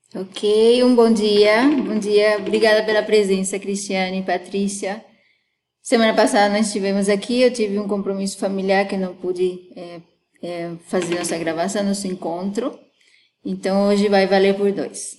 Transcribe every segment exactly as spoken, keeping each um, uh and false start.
Ok, um bom dia. Bom dia, obrigada pela presença, Cristiane e Patrícia. Semana passada nós estivemos aqui, eu tive um compromisso familiar que não pude é, é, fazer nossa gravação, nosso encontro. Então hoje vai valer por dois.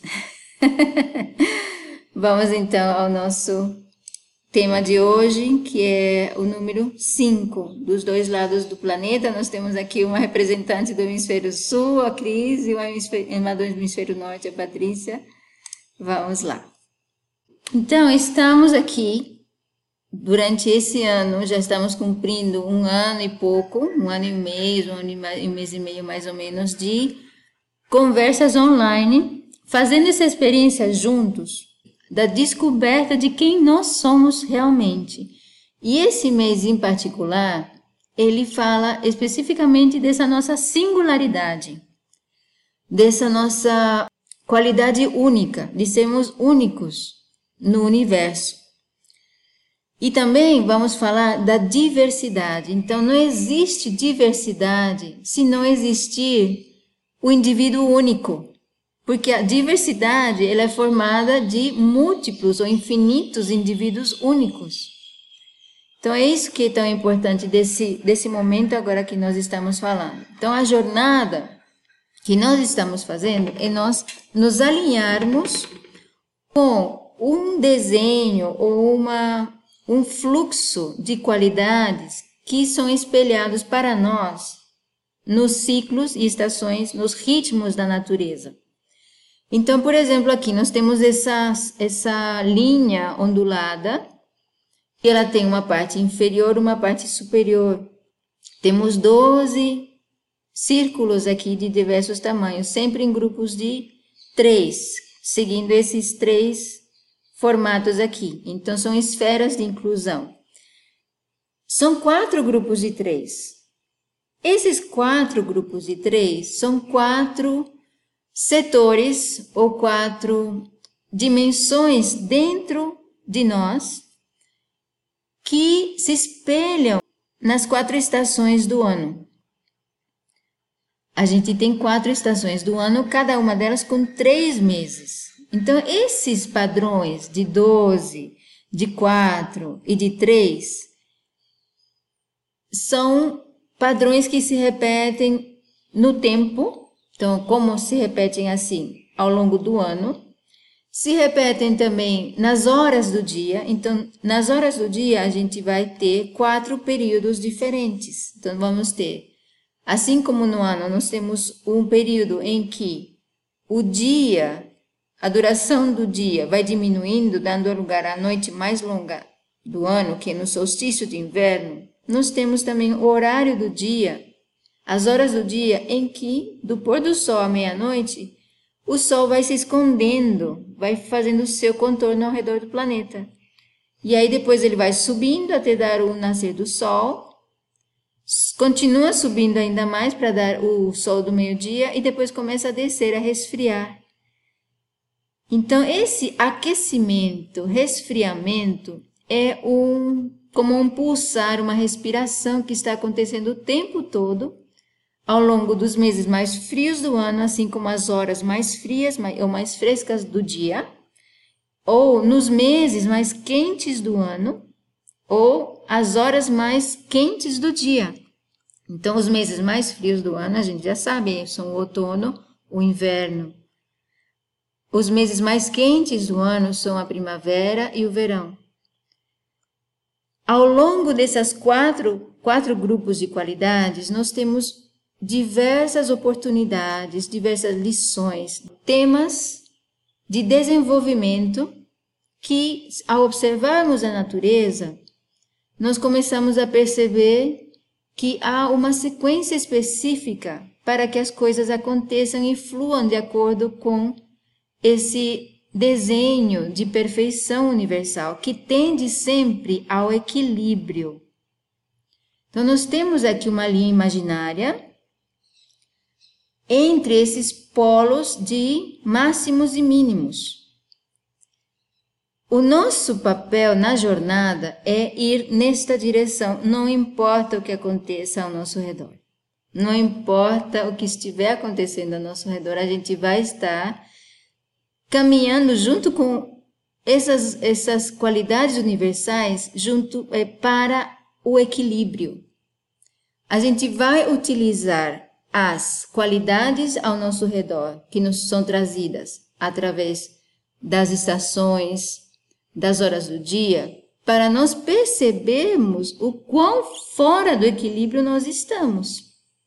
Vamos então ao nosso tema de hoje, que é o número cinco. Dos dois lados do planeta, nós temos aqui uma representante do hemisfério sul, a Cris, e uma do hemisfério norte, a Patrícia. Vamos lá. Então, estamos aqui, durante esse ano, já estamos cumprindo um ano e pouco, um ano e meio, um ano e um mês e meio mais ou menos, de conversas online, fazendo essa experiência juntos, da descoberta de quem nós somos realmente. E esse mês em particular, ele fala especificamente dessa nossa singularidade, dessa nossa qualidade única, de sermos únicos no universo. E também vamos falar da diversidade. Então, não existe diversidade se não existir o indivíduo único. Porque a diversidade ela é formada de múltiplos ou infinitos indivíduos únicos. Então, é isso que é tão importante desse, desse momento agora que nós estamos falando. Então, a jornada que nós estamos fazendo é nós nos alinharmos com um desenho ou uma, um fluxo de qualidades que são espelhados para nós nos ciclos e estações, nos ritmos da natureza. Então, por exemplo, aqui nós temos essa, essa linha ondulada, que ela tem uma parte inferior e uma parte superior. Temos doze círculos aqui de diversos tamanhos, sempre em grupos de três, seguindo esses três formatos aqui. Então, são esferas de inclusão. São quatro grupos de três. Esses quatro grupos de três são quatro setores ou quatro dimensões dentro de nós que se espelham nas quatro estações do ano. A gente tem quatro estações do ano, cada uma delas com três meses. Então, esses padrões de doze, de quatro e de três são padrões que se repetem no tempo. Então, como se repetem assim ao longo do ano, se repetem também nas horas do dia. Então, nas horas do dia, a gente vai ter quatro períodos diferentes. Então, vamos ter, assim como no ano, nós temos um período em que o dia, a duração do dia vai diminuindo, dando lugar à noite mais longa do ano, que é no solstício de inverno. Nós temos também o horário do dia, as horas do dia em que, do pôr do sol à meia-noite, o sol vai se escondendo, vai fazendo o seu contorno ao redor do planeta. E aí depois ele vai subindo até dar o nascer do sol, continua subindo ainda mais para dar o sol do meio-dia e depois começa a descer, a resfriar. Então, esse aquecimento, resfriamento, é um, como um pulsar, uma respiração que está acontecendo o tempo todo, ao longo dos meses mais frios do ano, assim como as horas mais frias ou mais frescas do dia, ou nos meses mais quentes do ano, ou as horas mais quentes do dia. Então, os meses mais frios do ano, a gente já sabe, são o outono, o inverno. Os meses mais quentes do ano são a primavera e o verão. Ao longo desses quatro, quatro grupos de qualidades, nós temos diversas oportunidades, diversas lições, temas de desenvolvimento que, ao observarmos a natureza, nós começamos a perceber que há uma sequência específica para que as coisas aconteçam e fluam de acordo com esse desenho de perfeição universal, que tende sempre ao equilíbrio. Então, nós temos aqui uma linha imaginária entre esses polos de máximos e mínimos. O nosso papel na jornada é ir nesta direção, não importa o que aconteça ao nosso redor. Não importa o que estiver acontecendo ao nosso redor, a gente vai estar caminhando junto com essas, essas qualidades universais junto é, para o equilíbrio. A gente vai utilizar as qualidades ao nosso redor que nos são trazidas através das estações, das horas do dia, para nós percebermos o quão fora do equilíbrio nós estamos.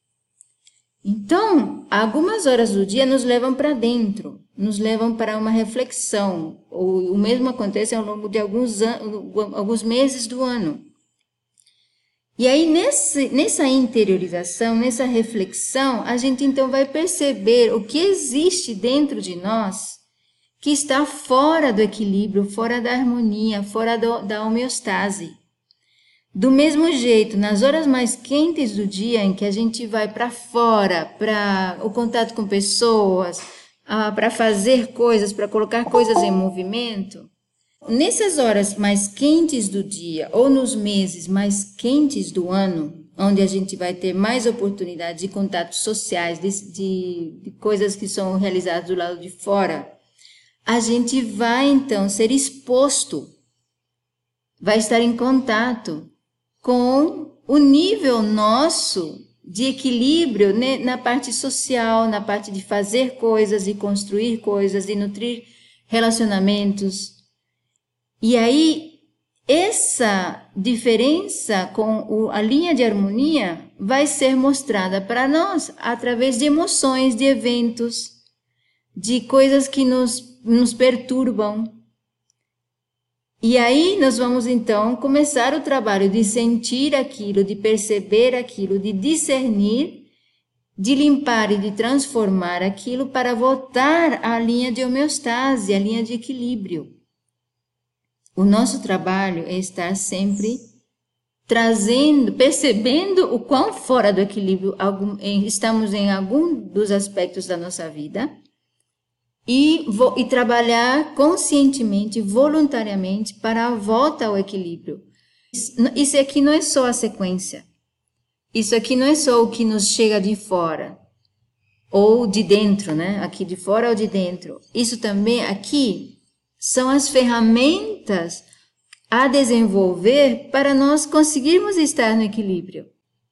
Então, algumas horas do dia nos levam para dentro, nos levam para uma reflexão. O, o mesmo acontece ao longo de alguns, alguns meses do ano. E aí, nesse, nessa interiorização, nessa reflexão, a gente então vai perceber o que existe dentro de nós que está fora do equilíbrio, fora da harmonia, fora do, da homeostase. Do mesmo jeito, nas horas mais quentes do dia, em que a gente vai para fora, para o contato com pessoas, ah, para fazer coisas, para colocar coisas em movimento, nessas horas mais quentes do dia, ou nos meses mais quentes do ano, onde a gente vai ter mais oportunidade de contatos sociais, de, de, de coisas que são realizadas do lado de fora, a gente vai então ser exposto, vai estar em contato com o nível nosso de equilíbrio, né, na parte social, na parte de fazer coisas, de construir coisas, de nutrir relacionamentos. E aí, essa diferença com o, a linha de harmonia vai ser mostrada para nós através de emoções, de eventos, de coisas que nos, nos perturbam. E aí nós vamos então começar o trabalho de sentir aquilo, de perceber aquilo, de discernir, de limpar e de transformar aquilo para voltar à linha de homeostase, à linha de equilíbrio. O nosso trabalho é estar sempre trazendo, percebendo o quão fora do equilíbrio algum, em, estamos em algum dos aspectos da nossa vida, E, e trabalhar conscientemente, voluntariamente para a volta ao equilíbrio. Isso aqui não é só a sequência. Isso aqui não é só o que nos chega de fora ou de dentro, né? Aqui de fora ou de dentro. Isso também aqui são as ferramentas a desenvolver para nós conseguirmos estar no equilíbrio.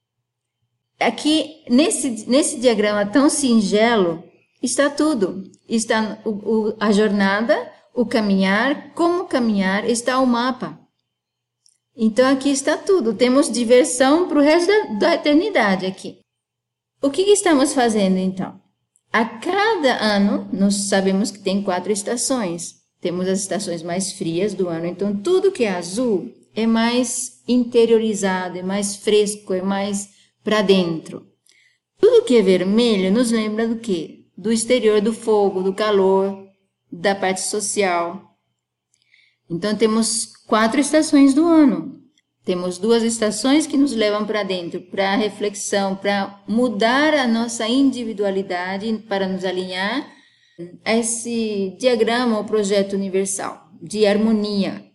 Aqui, nesse, nesse diagrama tão singelo, está tudo. Está o, o, a jornada, o caminhar, como caminhar, está o mapa. Então, aqui está tudo. Temos diversão para o resto da, da eternidade aqui. O que, que estamos fazendo, então? A cada ano, nós sabemos que tem quatro estações. Temos as estações mais frias do ano. Então, tudo que é azul é mais interiorizado, é mais fresco, é mais para dentro. Tudo que é vermelho nos lembra do quê? Do exterior, do fogo, do calor, da parte social. Então, temos quatro estações do ano. Temos duas estações que nos levam para dentro, para a reflexão, para mudar a nossa individualidade, para nos alinhar a esse diagrama ou projeto universal de harmonia.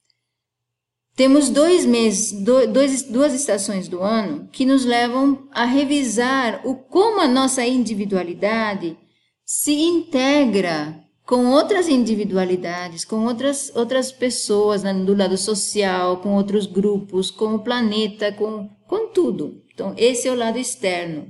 Temos dois meses, dois, duas estações do ano que nos levam a revisar o como a nossa individualidade se integra com outras individualidades, com outras, outras pessoas, né, do lado social, com outros grupos, com o planeta, com, com tudo. Então, esse é o lado externo.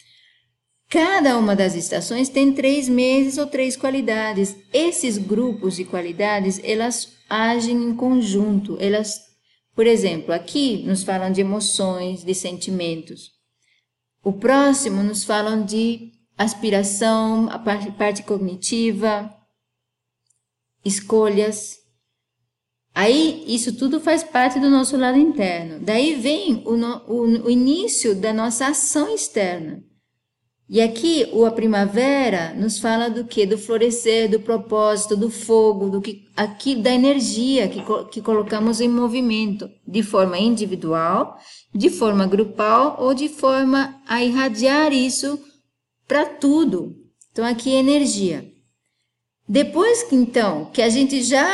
Cada uma das estações tem três meses ou três qualidades. Esses grupos de qualidades, elas agem em conjunto, elas Por exemplo, aqui nos falam de emoções, de sentimentos. O próximo nos falam de aspiração, a parte, parte cognitiva, escolhas. Aí, isso tudo faz parte do nosso lado interno. Daí vem o, no, o, o início da nossa ação externa. E aqui, o a primavera nos fala do quê? Do florescer, do propósito, do fogo, do que, aqui, da energia que, que colocamos em movimento, de forma individual, de forma grupal ou de forma a irradiar isso para tudo. Então, aqui é energia. Depois que, então, que a gente já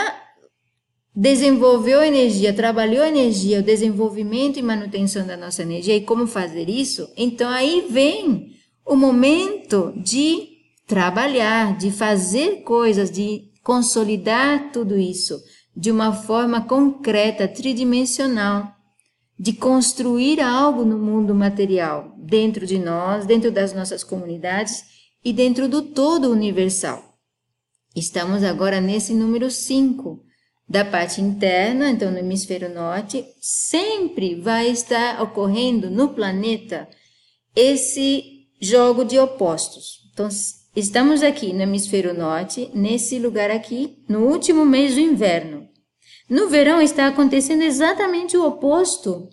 desenvolveu energia, trabalhou energia, o desenvolvimento e manutenção da nossa energia e como fazer isso, então aí vem o momento de trabalhar, de fazer coisas, de consolidar tudo isso de uma forma concreta, tridimensional, de construir algo no mundo material, dentro de nós, dentro das nossas comunidades e dentro do todo universal. Estamos agora nesse número cinco, da parte interna, então no hemisfério norte, sempre vai estar ocorrendo no planeta esse jogo de opostos. Então, estamos aqui no hemisfério norte, nesse lugar aqui, no último mês do inverno. No verão está acontecendo exatamente o oposto.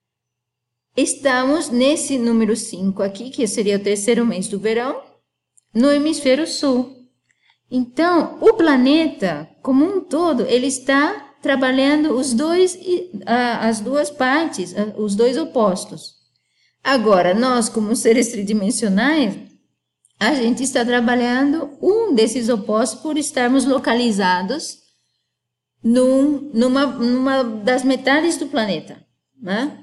Estamos nesse número cinco aqui, que seria o terceiro mês do verão, no hemisfério sul. Então, o planeta, como um todo, ele está trabalhando os dois, as duas partes, os dois opostos. Agora, nós, como seres tridimensionais, a gente está trabalhando um desses opostos por estarmos localizados num, numa, numa das metades do planeta, né?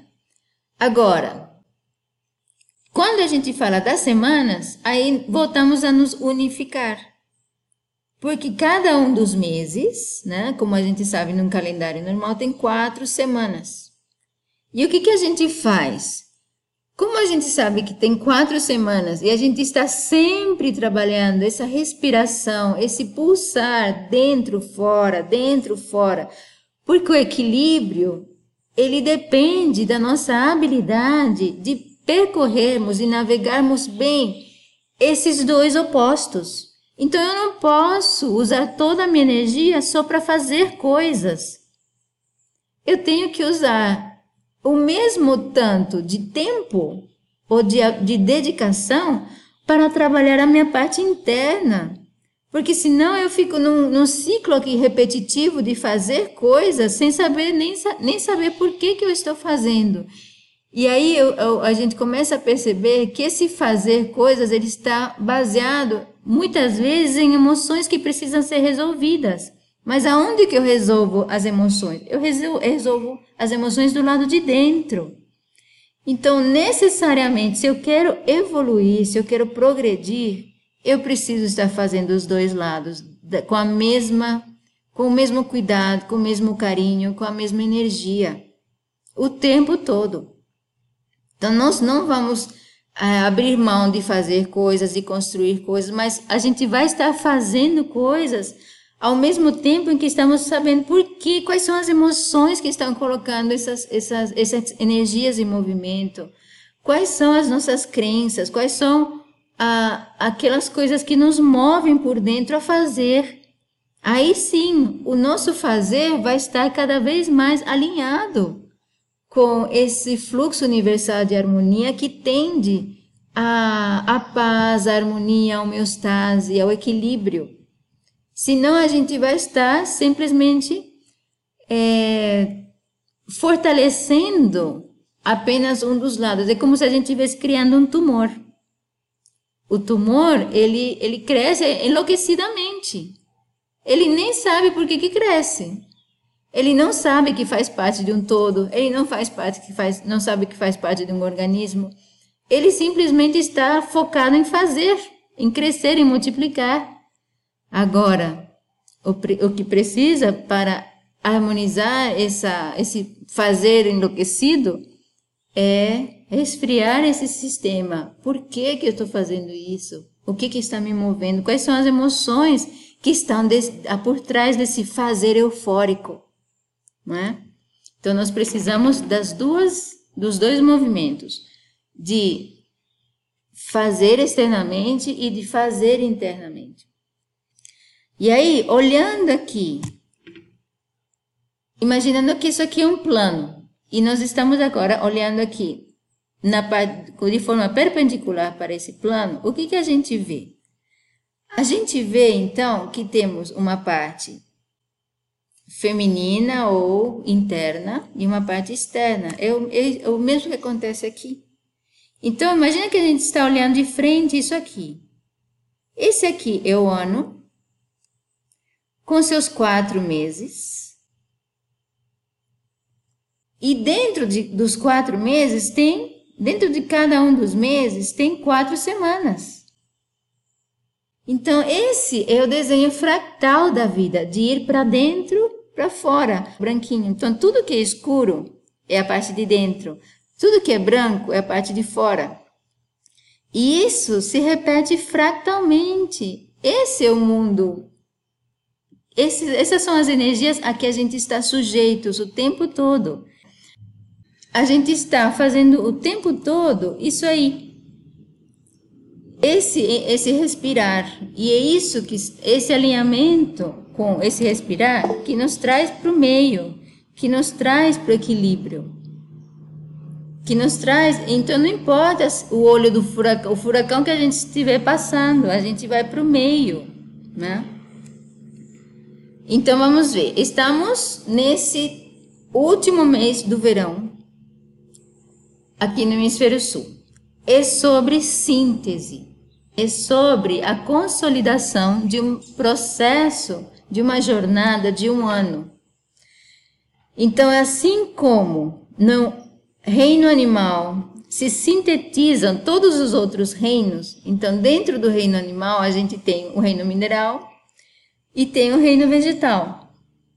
Agora, quando a gente fala das semanas, aí voltamos a nos unificar. Porque cada um dos meses, né, como a gente sabe num calendário normal, tem quatro semanas. E o que, que a gente faz? Como a gente sabe que tem quatro semanas e a gente está sempre trabalhando essa respiração, esse pulsar dentro, fora, dentro, fora, porque o equilíbrio, ele depende da nossa habilidade de percorrermos e navegarmos bem esses dois opostos. Então, eu não posso usar toda a minha energia só para fazer coisas. Eu tenho que usar o mesmo tanto de tempo ou de, de dedicação para trabalhar a minha parte interna. Porque senão eu fico num, num ciclo aqui repetitivo de fazer coisas sem saber nem, nem saber por que, que eu estou fazendo. E aí eu, eu, a gente começa a perceber que esse fazer coisas ele está baseado muitas vezes em emoções que precisam ser resolvidas. Mas aonde que eu resolvo as emoções? Eu resolvo as emoções do lado de dentro. Então, necessariamente, se eu quero evoluir, se eu quero progredir, eu preciso estar fazendo os dois lados com a mesma, com o mesmo cuidado, com o mesmo carinho, com a mesma energia, o tempo todo. Então, nós não vamos é, abrir mão de fazer coisas, de construir coisas, mas a gente vai estar fazendo coisas ao mesmo tempo em que estamos sabendo por quê, quais são as emoções que estão colocando essas, essas, essas energias em movimento, quais são as nossas crenças, quais são a, aquelas coisas que nos movem por dentro a fazer. Aí sim, o nosso fazer vai estar cada vez mais alinhado com esse fluxo universal de harmonia que tende à, à paz, à harmonia, à homeostase, ao equilíbrio. Senão a gente vai estar simplesmente é, fortalecendo apenas um dos lados. É como se a gente estivesse criando um tumor. O tumor, ele, ele cresce enlouquecidamente. Ele nem sabe por que que cresce. Ele não sabe que faz parte de um todo. Ele não faz parte que faz, não sabe que faz parte de um organismo. Ele simplesmente está focado em fazer, em crescer, em multiplicar. Agora, o, o que precisa para harmonizar essa, esse fazer enlouquecido é resfriar esse sistema. Por que que eu estou fazendo isso? O que que está me movendo? Quais são as emoções que estão desse, por trás desse fazer eufórico? Não é? Então, nós precisamos das duas, dos dois movimentos, de fazer externamente e de fazer internamente. E aí, olhando aqui, imaginando que isso aqui é um plano, e nós estamos agora olhando aqui, na, de forma perpendicular para esse plano, o que que a gente vê? A gente vê, então, que temos uma parte feminina ou interna e uma parte externa. É o, é o mesmo que acontece aqui. Então, imagina que a gente está olhando de frente isso aqui. Esse aqui é o ano, com seus quatro meses. E dentro de, dos quatro meses tem, dentro de cada um dos meses, tem quatro semanas. Então, esse é o desenho fractal da vida, de ir para dentro, para fora, branquinho. Então, tudo que é escuro é a parte de dentro, tudo que é branco é a parte de fora. E isso se repete fractalmente. Esse é o mundo. Esse, essas são as energias a que a gente está sujeitos o tempo todo. A gente está fazendo o tempo todo isso aí. Esse, esse respirar, e é isso que, esse alinhamento com esse respirar que nos traz para o meio, que nos traz para o equilíbrio, que nos traz, então não importa o olho do furacão, o furacão que a gente estiver passando, a gente vai para o meio, né? Então vamos ver, estamos nesse último mês do verão, aqui no Hemisfério Sul, é sobre síntese. É sobre a consolidação de um processo, de uma jornada de um ano. Então, assim como no reino animal se sintetizam todos os outros reinos, então dentro do reino animal a gente tem o reino mineral e tem o reino vegetal.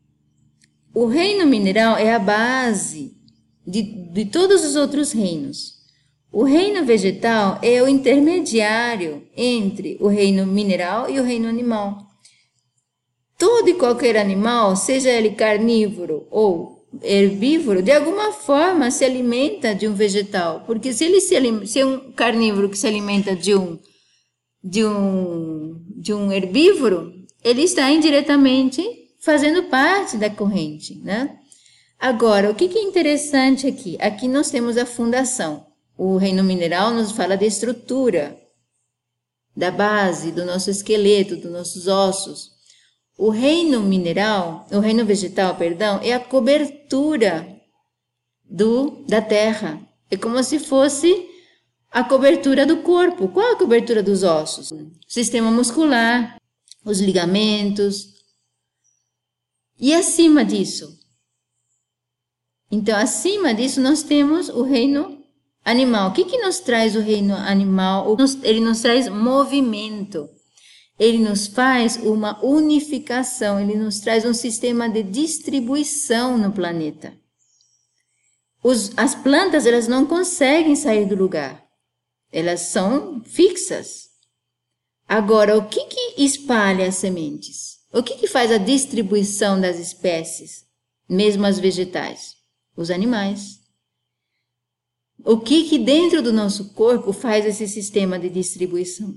O reino mineral é a base de, de todos os outros reinos. O reino vegetal é o intermediário entre o reino mineral e o reino animal. Todo e qualquer animal, seja ele carnívoro ou herbívoro, de alguma forma se alimenta de um vegetal. Porque se ele se, se é um carnívoro que se alimenta de um, de um, de um herbívoro, ele está indiretamente fazendo parte da corrente, né? Agora, o que é interessante aqui? Aqui nós temos a fundação. O reino mineral nos fala da estrutura, da base, do nosso esqueleto, dos nossos ossos. O reino mineral, o reino vegetal, perdão, é a cobertura do, da terra. É como se fosse a cobertura do corpo. Qual é a cobertura dos ossos? O sistema muscular, os ligamentos. E acima disso? Então, acima disso, nós temos o reino animal. O que que nos traz o reino animal? Ele nos traz movimento. Ele nos faz uma unificação. Ele nos traz um sistema de distribuição no planeta. Os, as plantas, elas não conseguem sair do lugar. Elas são fixas. Agora, o que que espalha as sementes? O que que faz a distribuição das espécies, mesmo as vegetais? Os animais. O que que dentro do nosso corpo faz esse sistema de distribuição?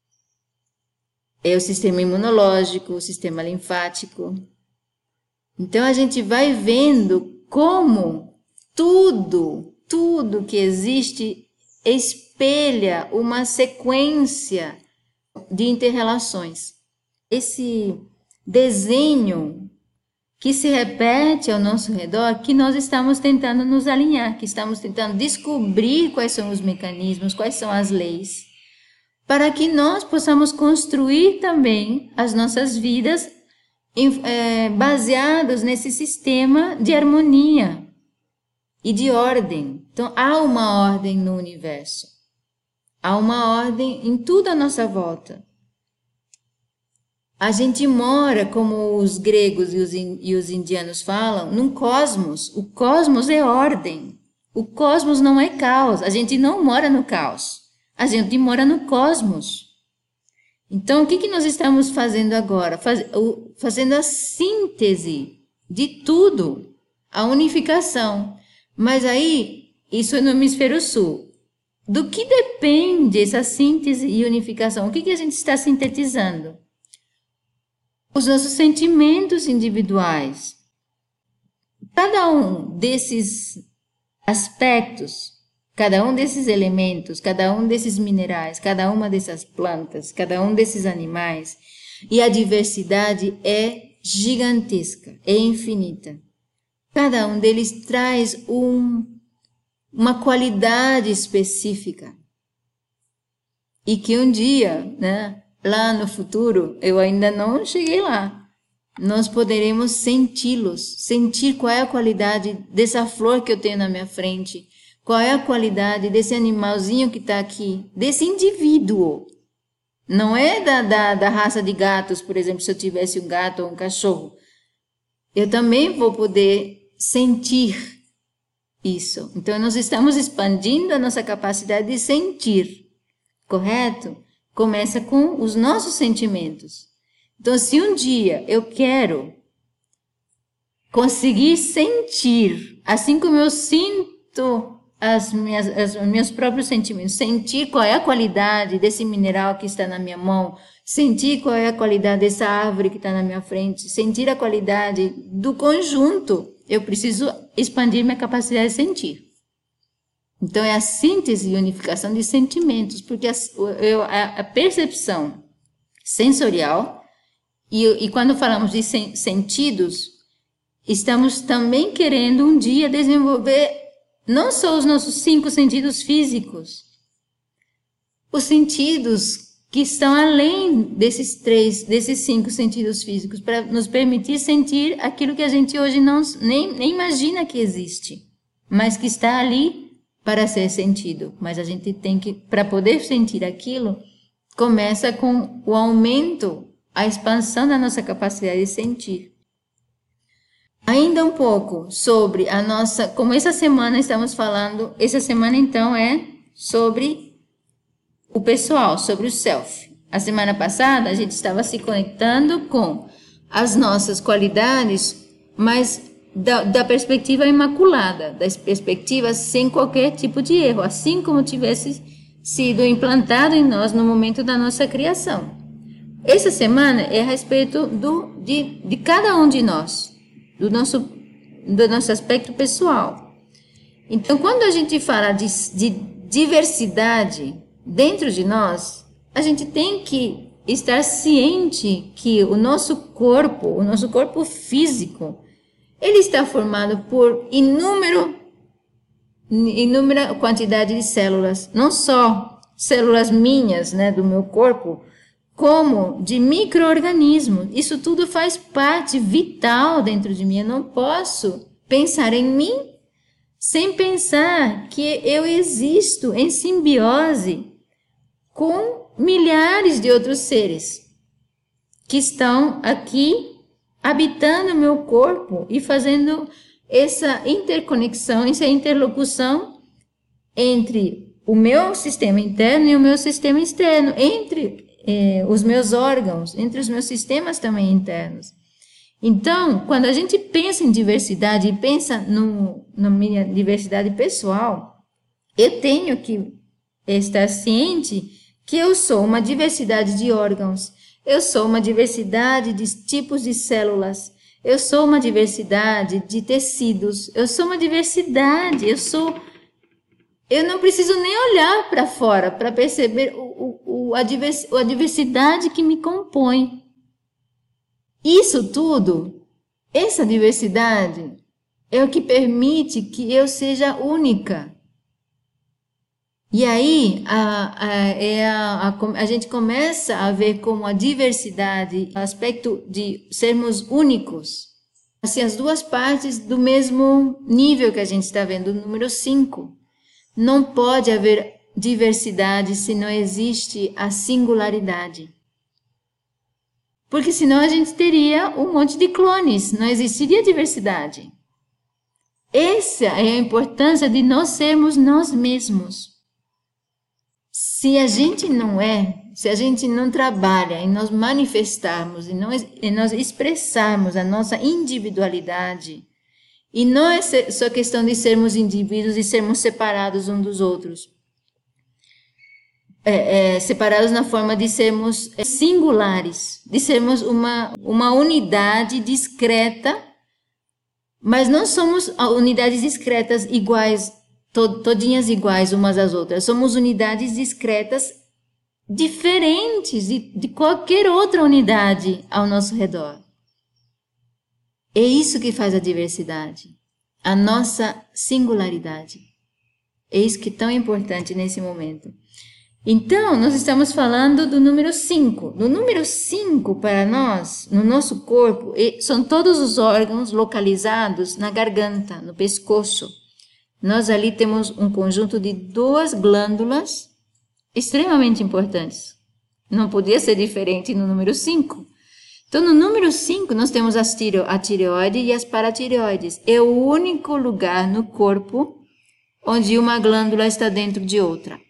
É o sistema imunológico, o sistema linfático. Então a gente vai vendo como tudo, tudo que existe espelha uma sequência de interrelações. Esse desenho que se repete ao nosso redor, que nós estamos tentando nos alinhar, que estamos tentando descobrir quais são os mecanismos, quais são as leis, para que nós possamos construir também as nossas vidas é, baseados nesse sistema de harmonia e de ordem. Então, há uma ordem no universo, há uma ordem em tudo à nossa volta. A gente mora, como os gregos e os, e os indianos falam, num cosmos. O cosmos é ordem. O cosmos não é caos. A gente não mora no caos. A gente mora no cosmos. Então, o que que nós estamos fazendo agora? Faz, o, fazendo a síntese de tudo, a unificação. Mas aí, isso é no Hemisfério Sul. Do que depende essa síntese e unificação? O que que a gente está sintetizando? Os nossos sentimentos individuais. Cada um desses aspectos, cada um desses elementos, cada um desses minerais, cada uma dessas plantas, cada um desses animais, e a diversidade é gigantesca, é infinita. Cada um deles traz um, uma qualidade específica. E que um dia, né? Lá no futuro, eu ainda não cheguei lá, nós poderemos senti-los, sentir qual é a qualidade dessa flor que eu tenho na minha frente, qual é a qualidade desse animalzinho que está aqui, desse indivíduo, Não é da, da, da raça de gatos, por exemplo, se eu tivesse um gato ou um cachorro. Eu também vou poder sentir isso. Então, nós estamos expandindo a nossa capacidade de sentir, correto? Começa com os nossos sentimentos. Então, se um dia eu quero conseguir sentir, assim como eu sinto as minhas, as, os meus próprios sentimentos, sentir qual é a qualidade desse mineral que está na minha mão, sentir qual é a qualidade dessa árvore que está na minha frente, sentir a qualidade do conjunto, eu preciso expandir minha capacidade de sentir. Então, é a síntese e unificação de sentimentos, porque a, a, a percepção sensorial, e, e quando falamos de sen, sentidos, estamos também querendo um dia desenvolver não só os nossos cinco sentidos físicos, os sentidos que estão além desses três, desses cinco sentidos físicos, para nos permitir sentir aquilo que a gente hoje não, nem, nem imagina que existe, mas que está ali para ser sentido. Mas a gente tem que, para poder sentir aquilo, começa com o aumento, a expansão da nossa capacidade de sentir. Ainda um pouco sobre a nossa, como essa semana estamos falando, essa semana então é sobre o pessoal, sobre o self. A semana passada a gente estava se conectando com as nossas qualidades, mas da, da perspectiva imaculada, da perspectiva sem qualquer tipo de erro, assim como tivesse sido implantado em nós no momento da nossa criação. Essa semana é a respeito do, de, de cada um de nós. Do nosso, do nosso aspecto pessoal. Então, quando a gente fala de, de diversidade dentro de nós, a gente tem que estar ciente que o nosso corpo, o nosso corpo físico, ele está formado por inúmero, inúmera quantidade de células, não só células minhas, né, do meu corpo, como de micro-organismos. Isso tudo faz parte vital dentro de mim. Eu não posso pensar em mim sem pensar que eu existo em simbiose com milhares de outros seres que estão aqui habitando o meu corpo e fazendo essa interconexão, essa interlocução entre o meu sistema interno e o meu sistema externo, entre Eh, os meus órgãos, entre os meus sistemas também internos. Então, quando a gente pensa em diversidade e pensa no, na minha diversidade pessoal, eu tenho que estar ciente que eu sou uma diversidade de órgãos, eu sou uma diversidade de tipos de células, eu sou uma diversidade de tecidos, eu sou uma diversidade, eu sou... Eu não preciso nem olhar para fora para perceber o, o, a, divers, a diversidade que me compõe. Isso tudo, essa diversidade, é o que permite que eu seja única. E aí, a, a, é a, a, a gente começa a ver como a diversidade, o aspecto de sermos únicos, assim, as duas partes do mesmo nível que a gente está vendo, o número cinco. Não pode haver diversidade se não existe a singularidade. Porque senão a gente teria um monte de clones, não existiria diversidade. Essa é a importância de nós sermos nós mesmos. Se a gente não é, se a gente não trabalha em nós manifestarmos, em nós, em nós expressarmos a nossa individualidade, e não é só questão de sermos indivíduos e sermos separados uns dos outros. É, é, separados na forma de sermos singulares, de sermos uma, uma unidade discreta, mas não somos unidades discretas iguais, to, todinhas iguais umas às outras. Somos unidades discretas diferentes de, de qualquer outra unidade ao nosso redor. É isso que faz a diversidade, a nossa singularidade. É isso que é tão importante nesse momento. Então, nós estamos falando do número cinco. No número cinco, para nós, no nosso corpo, são todos os órgãos localizados na garganta, no pescoço. Nós ali temos um conjunto de duas glândulas extremamente importantes, Não podia ser diferente no número cinco. Então, no número cinco, nós temos as tiro, a tireoide e as paratireoides. É o único lugar no corpo onde uma glândula está dentro de outra.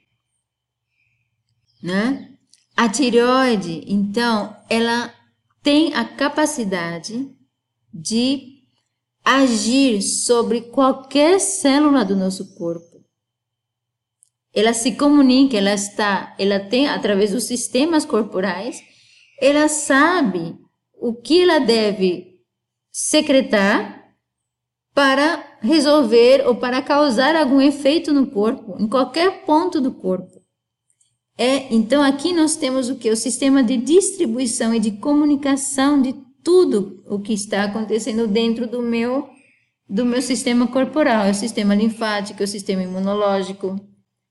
Né? A tireoide, então, ela tem a capacidade de agir sobre qualquer célula do nosso corpo. Ela se comunica, ela está, ela tem, através dos sistemas corporais, ela sabe o que ela deve secretar para resolver ou para causar algum efeito no corpo, em qualquer ponto do corpo. É, então aqui nós temos o que? O sistema de distribuição e de comunicação de tudo o que está acontecendo dentro do meu, do meu sistema corporal. É o sistema linfático, é o sistema imunológico.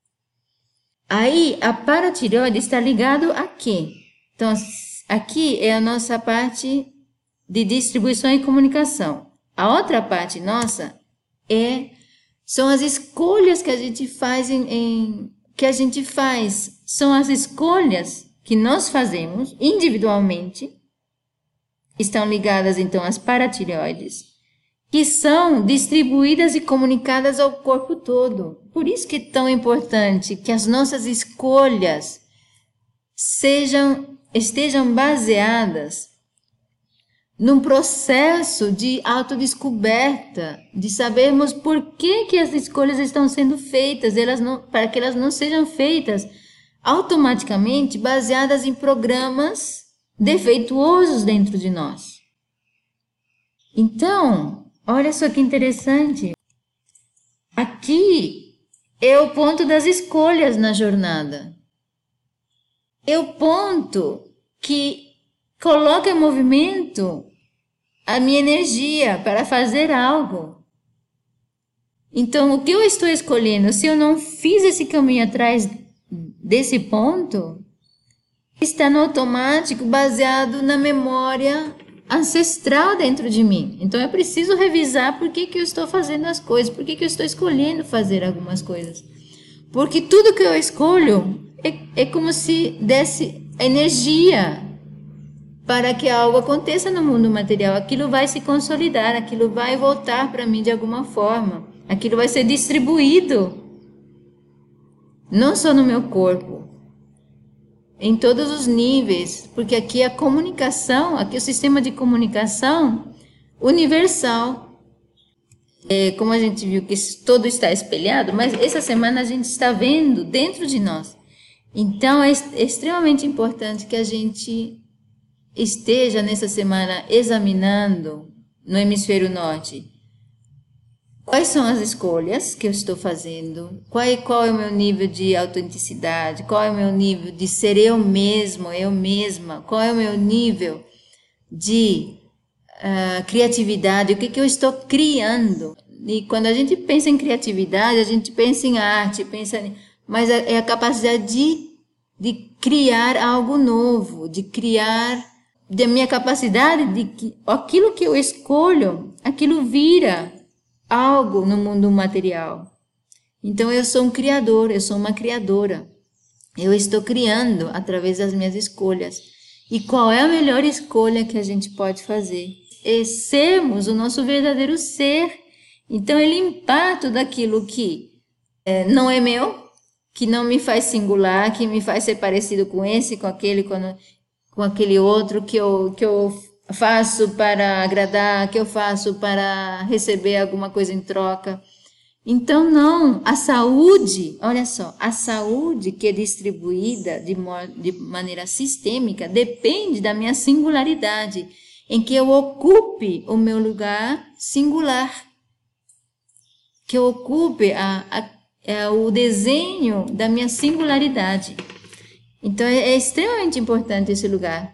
Aí a paratireoide está ligado a quê? Então aqui é a nossa parte de distribuição e comunicação. A outra parte nossa é são as escolhas que a gente faz em, em que a gente faz, são as escolhas que nós fazemos individualmente, estão ligadas então às paratireoides, que são distribuídas e comunicadas ao corpo todo. Por isso que é tão importante que as nossas escolhas sejam, estejam baseadas num processo de autodescoberta, de sabermos por que, que as escolhas estão sendo feitas, elas não, para que elas não sejam feitas automaticamente baseadas em programas defeituosos dentro de nós. Então, olha só que interessante. Aqui é o ponto das escolhas na jornada. É o ponto que coloca em movimento a minha energia para fazer algo. Então, o que eu estou escolhendo, se eu não fiz esse caminho atrás desse ponto, está no automático baseado na memória ancestral dentro de mim. Então, eu preciso revisar por que, que eu estou fazendo as coisas, por que, que eu estou escolhendo fazer algumas coisas. Porque tudo que eu escolho é, é como se desse energia para que algo aconteça no mundo material. Aquilo vai se consolidar, aquilo vai voltar para mim de alguma forma, aquilo vai ser distribuído, não só no meu corpo, em todos os níveis, porque aqui a comunicação, aqui o sistema de comunicação universal, é, como a gente viu que todo está espelhado, mas essa semana a gente está vendo dentro de nós. Então é extremamente importante que a gente esteja nessa semana examinando no hemisfério norte quais são as escolhas que eu estou fazendo, qual é, qual é o meu nível de autenticidade, qual é o meu nível de ser eu mesmo, eu mesma, qual é o meu nível de uh, criatividade, o que, que eu estou criando. E quando a gente pensa em criatividade, a gente pensa em arte, pensa em, mas é a capacidade de, de criar algo novo, de criar, da minha capacidade de que aquilo que eu escolho, aquilo vira algo no mundo material. Então eu sou um criador, eu sou uma criadora. Eu estou criando através das minhas escolhas. E qual é a melhor escolha que a gente pode fazer? É sermos o nosso verdadeiro ser. Então é limpar tudo aquilo que é, não é meu, que não me faz singular, que me faz ser parecido com esse, com aquele, com, com aquele outro, que eu, que eu faço para agradar, que eu faço para receber alguma coisa em troca. Então, não, a saúde, olha só, a saúde que é distribuída de, de maneira sistêmica depende da minha singularidade, em que eu ocupe o meu lugar singular, que eu ocupe a, a, a, o desenho da minha singularidade. Então, é, é extremamente importante esse lugar.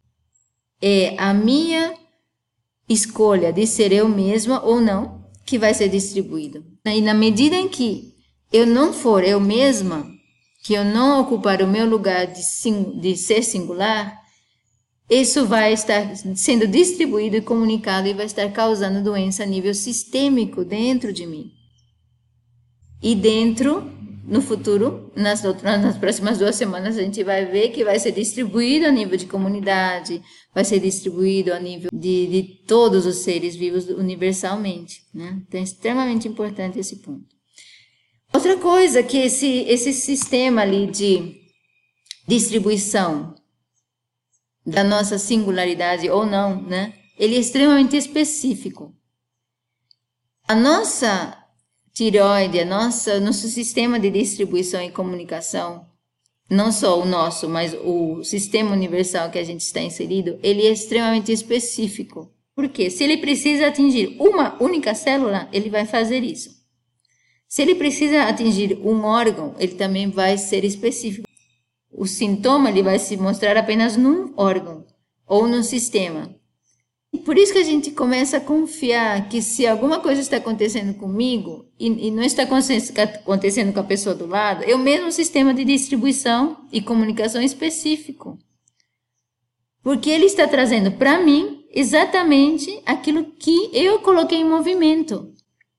É a minha escolha de ser eu mesma ou não que vai ser distribuído. E na medida em que eu não for eu mesma, que eu não ocupar o meu lugar de, sim, de ser singular, isso vai estar sendo distribuído e comunicado e vai estar causando doença a nível sistêmico dentro de mim. E dentro no futuro, nas, outras, nas próximas duas semanas, a gente vai ver que vai ser distribuído a nível de comunidade, vai ser distribuído a nível de, de todos os seres vivos universalmente, né? Então é extremamente importante esse ponto. Outra coisa que esse, esse sistema ali de distribuição da nossa singularidade ou não, né? Ele é extremamente específico. A nossa tireoide, a nossa, nosso sistema de distribuição e comunicação, não só o nosso, mas o sistema universal que a gente está inserido, ele é extremamente específico. Por quê? Se ele precisa atingir uma única célula, ele vai fazer isso. Se ele precisa atingir um órgão, ele também vai ser específico. O sintoma ele vai se mostrar apenas num órgão ou num sistema. E por isso que a gente começa a confiar que se alguma coisa está acontecendo comigo e, e não está acontecendo com a pessoa do lado, é o mesmo sistema de distribuição e comunicação específico. Porque ele está trazendo para mim exatamente aquilo que eu coloquei em movimento.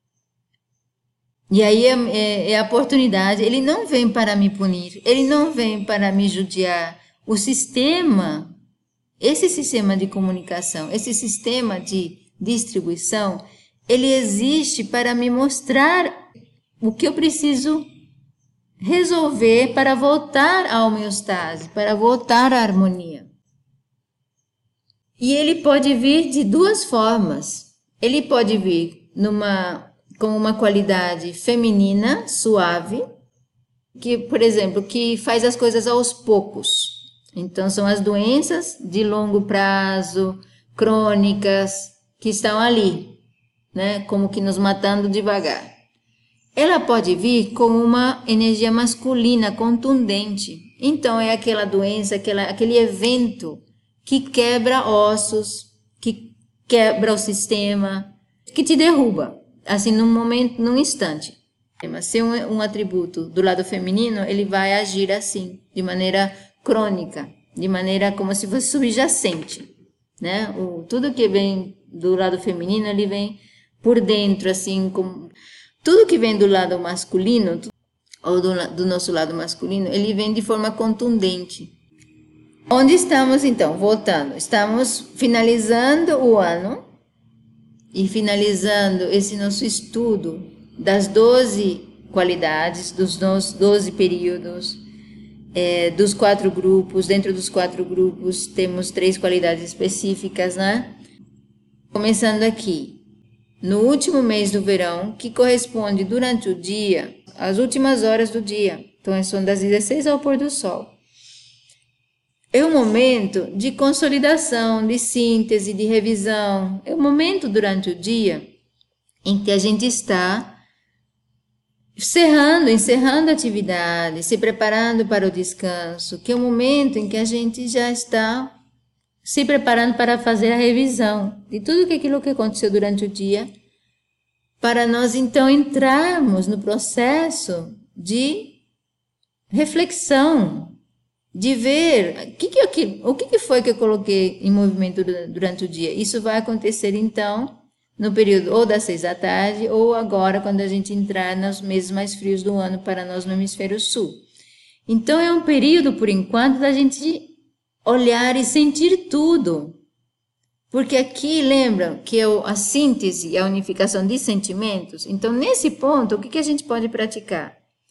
E aí é, é, é a oportunidade, ele não vem para me punir, ele não vem para me judiar. O sistema, esse sistema de comunicação, esse sistema de distribuição, ele existe para me mostrar o que eu preciso resolver para voltar à homeostase, para voltar à harmonia. E ele pode vir de duas formas. Ele pode vir numa... com uma qualidade feminina, suave, que, por exemplo, que faz as coisas aos poucos. Então, são as doenças de longo prazo, crônicas, que estão ali, né? Como que nos matando devagar. Ela pode vir com uma energia masculina, contundente. Então, é aquela doença, aquela, aquele evento que quebra ossos, que quebra o sistema, que te derruba. Assim, num momento, num instante. Se um, um atributo do lado feminino, ele vai agir assim, de maneira crônica, de maneira como se fosse subjacente, né? O, tudo que vem do lado feminino, ele vem por dentro, assim, como... Tudo que vem do lado masculino, ou do, do nosso lado masculino, ele vem de forma contundente. Onde estamos, então? Voltando. Estamos finalizando o ano, e finalizando esse nosso estudo das doze qualidades, dos doze períodos, é, dos quatro grupos. Dentro dos quatro grupos temos três qualidades específicas, né? Começando aqui, no último mês do verão, que corresponde durante o dia, às últimas horas do dia. Então, são das dezesseis ao pôr do sol. É um momento de consolidação, de síntese, de revisão. É um momento durante o dia em que a gente está encerrando, encerrando a atividade, se preparando para o descanso, que é o momento em que a gente já está se preparando para fazer a revisão de tudo aquilo que aconteceu durante o dia, para nós então entrarmos no processo de reflexão, de ver o que, que, eu, o que, que foi que eu coloquei em movimento durante o dia. Isso vai acontecer, então, no período ou das seis da tarde, ou agora, quando a gente entrar nos meses mais frios do ano para nós no hemisfério sul. Então, é um período, por enquanto, da gente olhar e sentir tudo. Porque aqui, lembram que é a síntese e a unificação de sentimentos? Então, nesse ponto, o que, que a gente pode praticar?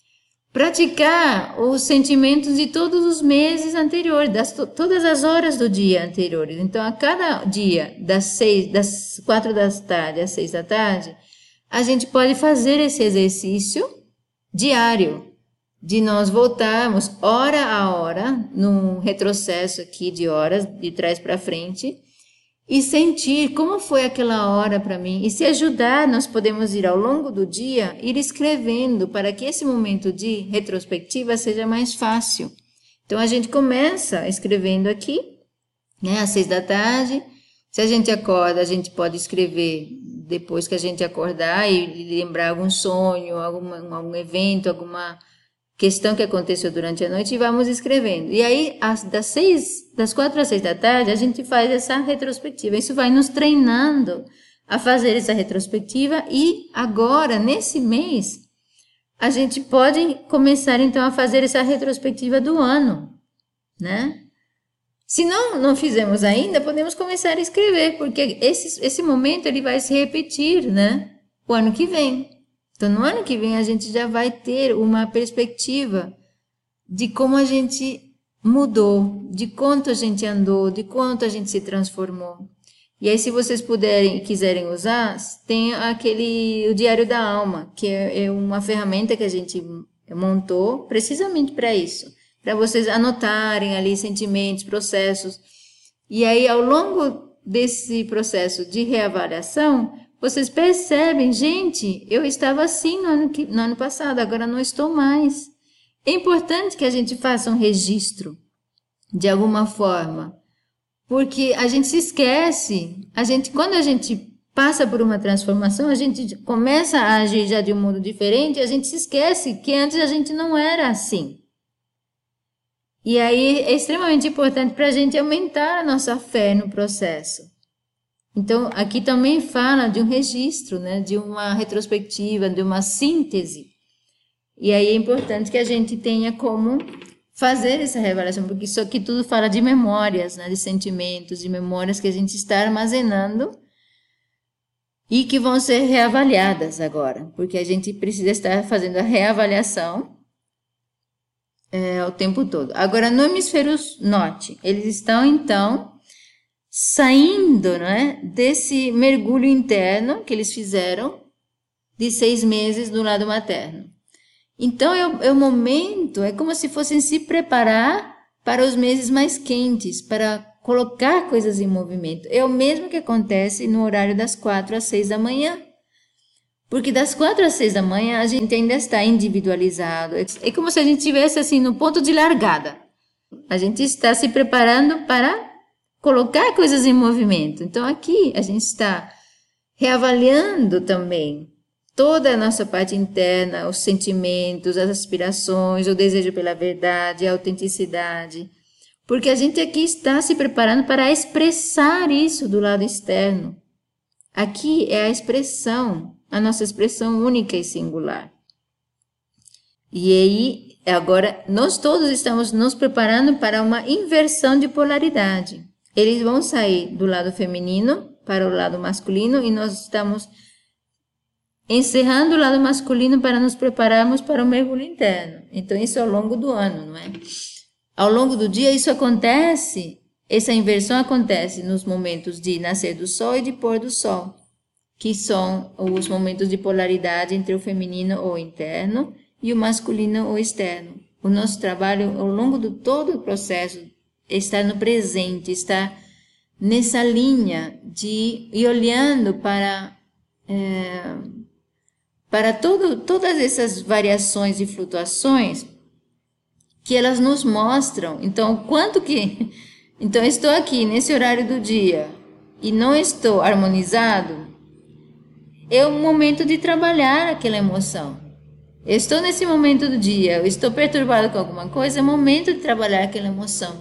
Praticar os sentimentos de todos os meses anteriores, das, todas as horas do dia anteriores. Então, a cada dia, das, seis, das quatro da tarde às seis da tarde, a gente pode fazer esse exercício diário, de nós voltarmos hora a hora, num retrocesso aqui de horas, de trás para frente, e sentir como foi aquela hora para mim. E se ajudar, nós podemos ir ao longo do dia, ir escrevendo para que esse momento de retrospectiva seja mais fácil. Então, a gente começa escrevendo aqui, né, às seis da tarde. Se a gente acorda, a gente pode escrever depois que a gente acordar e lembrar algum sonho, algum, algum evento, alguma questão que aconteceu durante a noite, e vamos escrevendo. E aí, as, das, seis, das quatro às seis da tarde, a gente faz essa retrospectiva. Isso vai nos treinando a fazer essa retrospectiva. E agora, nesse mês, a gente pode começar então a fazer essa retrospectiva do ano, né? Se não, não fizemos ainda, podemos começar a escrever, porque esse, esse momento ele vai se repetir, né? O ano que vem. Então, no ano que vem, a gente já vai ter uma perspectiva de como a gente mudou, de quanto a gente andou, de quanto a gente se transformou. E aí, se vocês puderem, quiserem usar, tem aquele, o Diário da Alma, que é, é uma ferramenta que a gente montou precisamente para isso, para vocês anotarem ali sentimentos, processos. E aí, ao longo desse processo de reavaliação, vocês percebem, gente, eu estava assim no ano, que, no ano passado, agora não estou mais. É importante que a gente faça um registro, de alguma forma, porque a gente se esquece, a gente, quando a gente passa por uma transformação, a gente começa a agir já de um modo diferente, a gente se esquece que antes a gente não era assim. E aí é extremamente importante para a gente aumentar a nossa fé no processo. Então, aqui também fala de um registro, né, de uma retrospectiva, de uma síntese. E aí é importante que a gente tenha como fazer essa reavaliação, porque isso aqui tudo fala de memórias, né, de sentimentos, de memórias que a gente está armazenando e que vão ser reavaliadas agora, porque a gente precisa estar fazendo a reavaliação é, o tempo todo. Agora, no hemisfério norte, eles estão, então, saindo, né, desse mergulho interno que eles fizeram de seis meses do lado materno. Então, é o, é o momento, é como se fossem se preparar para os meses mais quentes, para colocar coisas em movimento. É o mesmo que acontece no horário das quatro às seis da manhã. Porque das quatro às seis da manhã a gente ainda está individualizado. É como se a gente estivesse assim no ponto de largada. A gente está se preparando para colocar coisas em movimento. Então, aqui a gente está reavaliando também toda a nossa parte interna, os sentimentos, as aspirações, o desejo pela verdade, a autenticidade. Porque a gente aqui está se preparando para expressar isso do lado externo. Aqui é a expressão, a nossa expressão única e singular. E aí, agora, nós todos estamos nos preparando para uma inversão de polaridade. Eles vão sair do lado feminino para o lado masculino e nós estamos encerrando o lado masculino para nos prepararmos para o mergulho interno. Então, isso ao longo do ano, não é? Ao longo do dia, isso acontece, essa inversão acontece nos momentos de nascer do sol e de pôr do sol, que são os momentos de polaridade entre o feminino ou interno e o masculino ou externo. O nosso trabalho, ao longo de todo o processo, está no presente, está nessa linha de ir olhando para... É, para todo, todas essas variações e flutuações que elas nos mostram. Então, quanto que... Então, estou aqui nesse horário do dia e não estou harmonizado, é o momento de trabalhar aquela emoção. Eu estou nesse momento do dia, eu estou perturbado com alguma coisa, é o momento de trabalhar aquela emoção.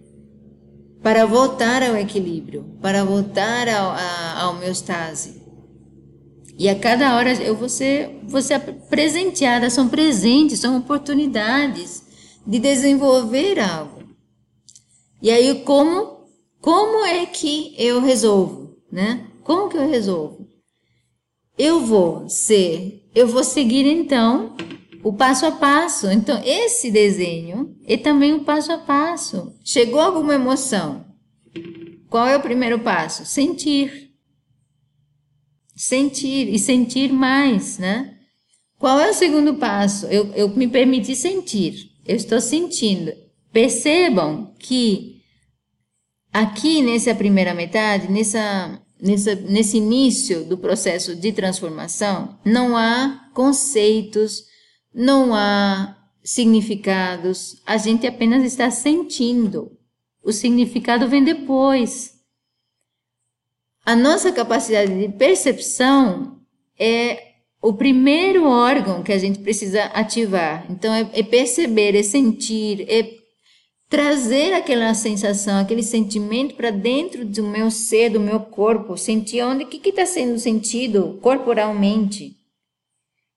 Para voltar ao equilíbrio, para voltar ao, a, à homeostase. E a cada hora eu vou ser, vou ser presenteada, são presentes, são oportunidades de desenvolver algo. E aí, como, como é que eu resolvo, né? Como que eu resolvo? Eu vou ser, eu vou seguir então o passo a passo. Então, esse desenho é também um passo a passo. Chegou alguma emoção? Qual é o primeiro passo? Sentir. Sentir e sentir mais, né? Qual é o segundo passo? Eu, eu me permiti sentir. Eu estou sentindo. Percebam que aqui nessa primeira metade, nessa, nessa, nesse início do processo de transformação, não há conceitos, não há significados. A gente apenas está sentindo. O significado vem depois. A nossa capacidade de percepção é o primeiro órgão que a gente precisa ativar. Então, é, é perceber, é sentir, é trazer aquela sensação, aquele sentimento para dentro do meu ser, do meu corpo, sentir onde, o que está sendo sentido corporalmente.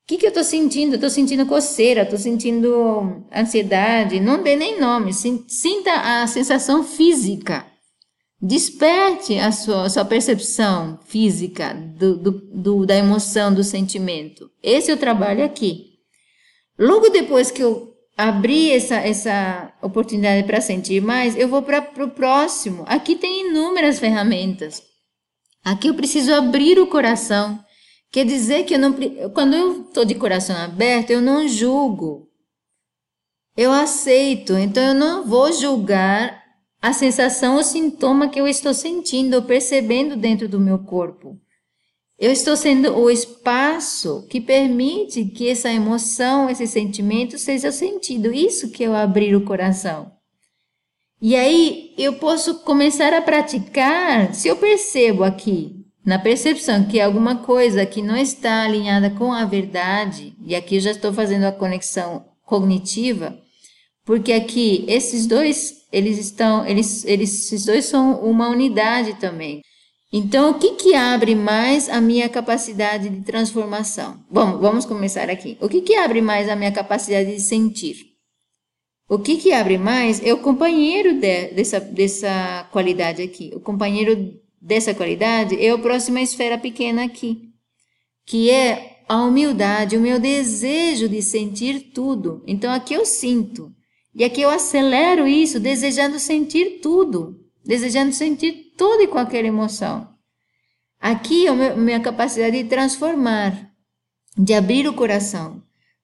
que, que eu estou sentindo? Estou sentindo coceira, estou sentindo ansiedade, não dê nem nome, sinta a sensação física. Desperte a sua, a sua percepção física do, do, do, da emoção, do sentimento. Esse é o trabalho aqui. Logo depois que eu abrir essa, essa oportunidade para sentir mais, eu vou para o próximo. Aqui tem inúmeras ferramentas. Aqui eu preciso abrir o coração. Quer dizer que eu não, quando eu estou de coração aberto, eu não julgo. Eu aceito. Então eu não vou julgar a sensação ou sintoma que eu estou sentindo ou percebendo dentro do meu corpo. Eu estou sendo o espaço que permite que essa emoção, esse sentimento seja sentido. Isso que é eu abrir o coração. E aí eu posso começar a praticar, se eu percebo aqui, na percepção que alguma coisa que não está alinhada com a verdade, e aqui eu já estou fazendo a conexão cognitiva, porque aqui esses dois, eles estão, eles, eles, esses dois são uma unidade também. Então, o que que abre mais a minha capacidade de transformação? Bom, vamos começar aqui. O que que abre mais a minha capacidade de sentir? O que que abre mais é o companheiro de, dessa, dessa qualidade aqui. O companheiro dessa qualidade é a próxima esfera pequena aqui, que é a humildade, o meu desejo de sentir tudo. Então, aqui eu sinto. E aqui eu acelero isso, desejando sentir tudo, desejando sentir toda e qualquer emoção. Aqui é a minha capacidade de transformar, de abrir o coração,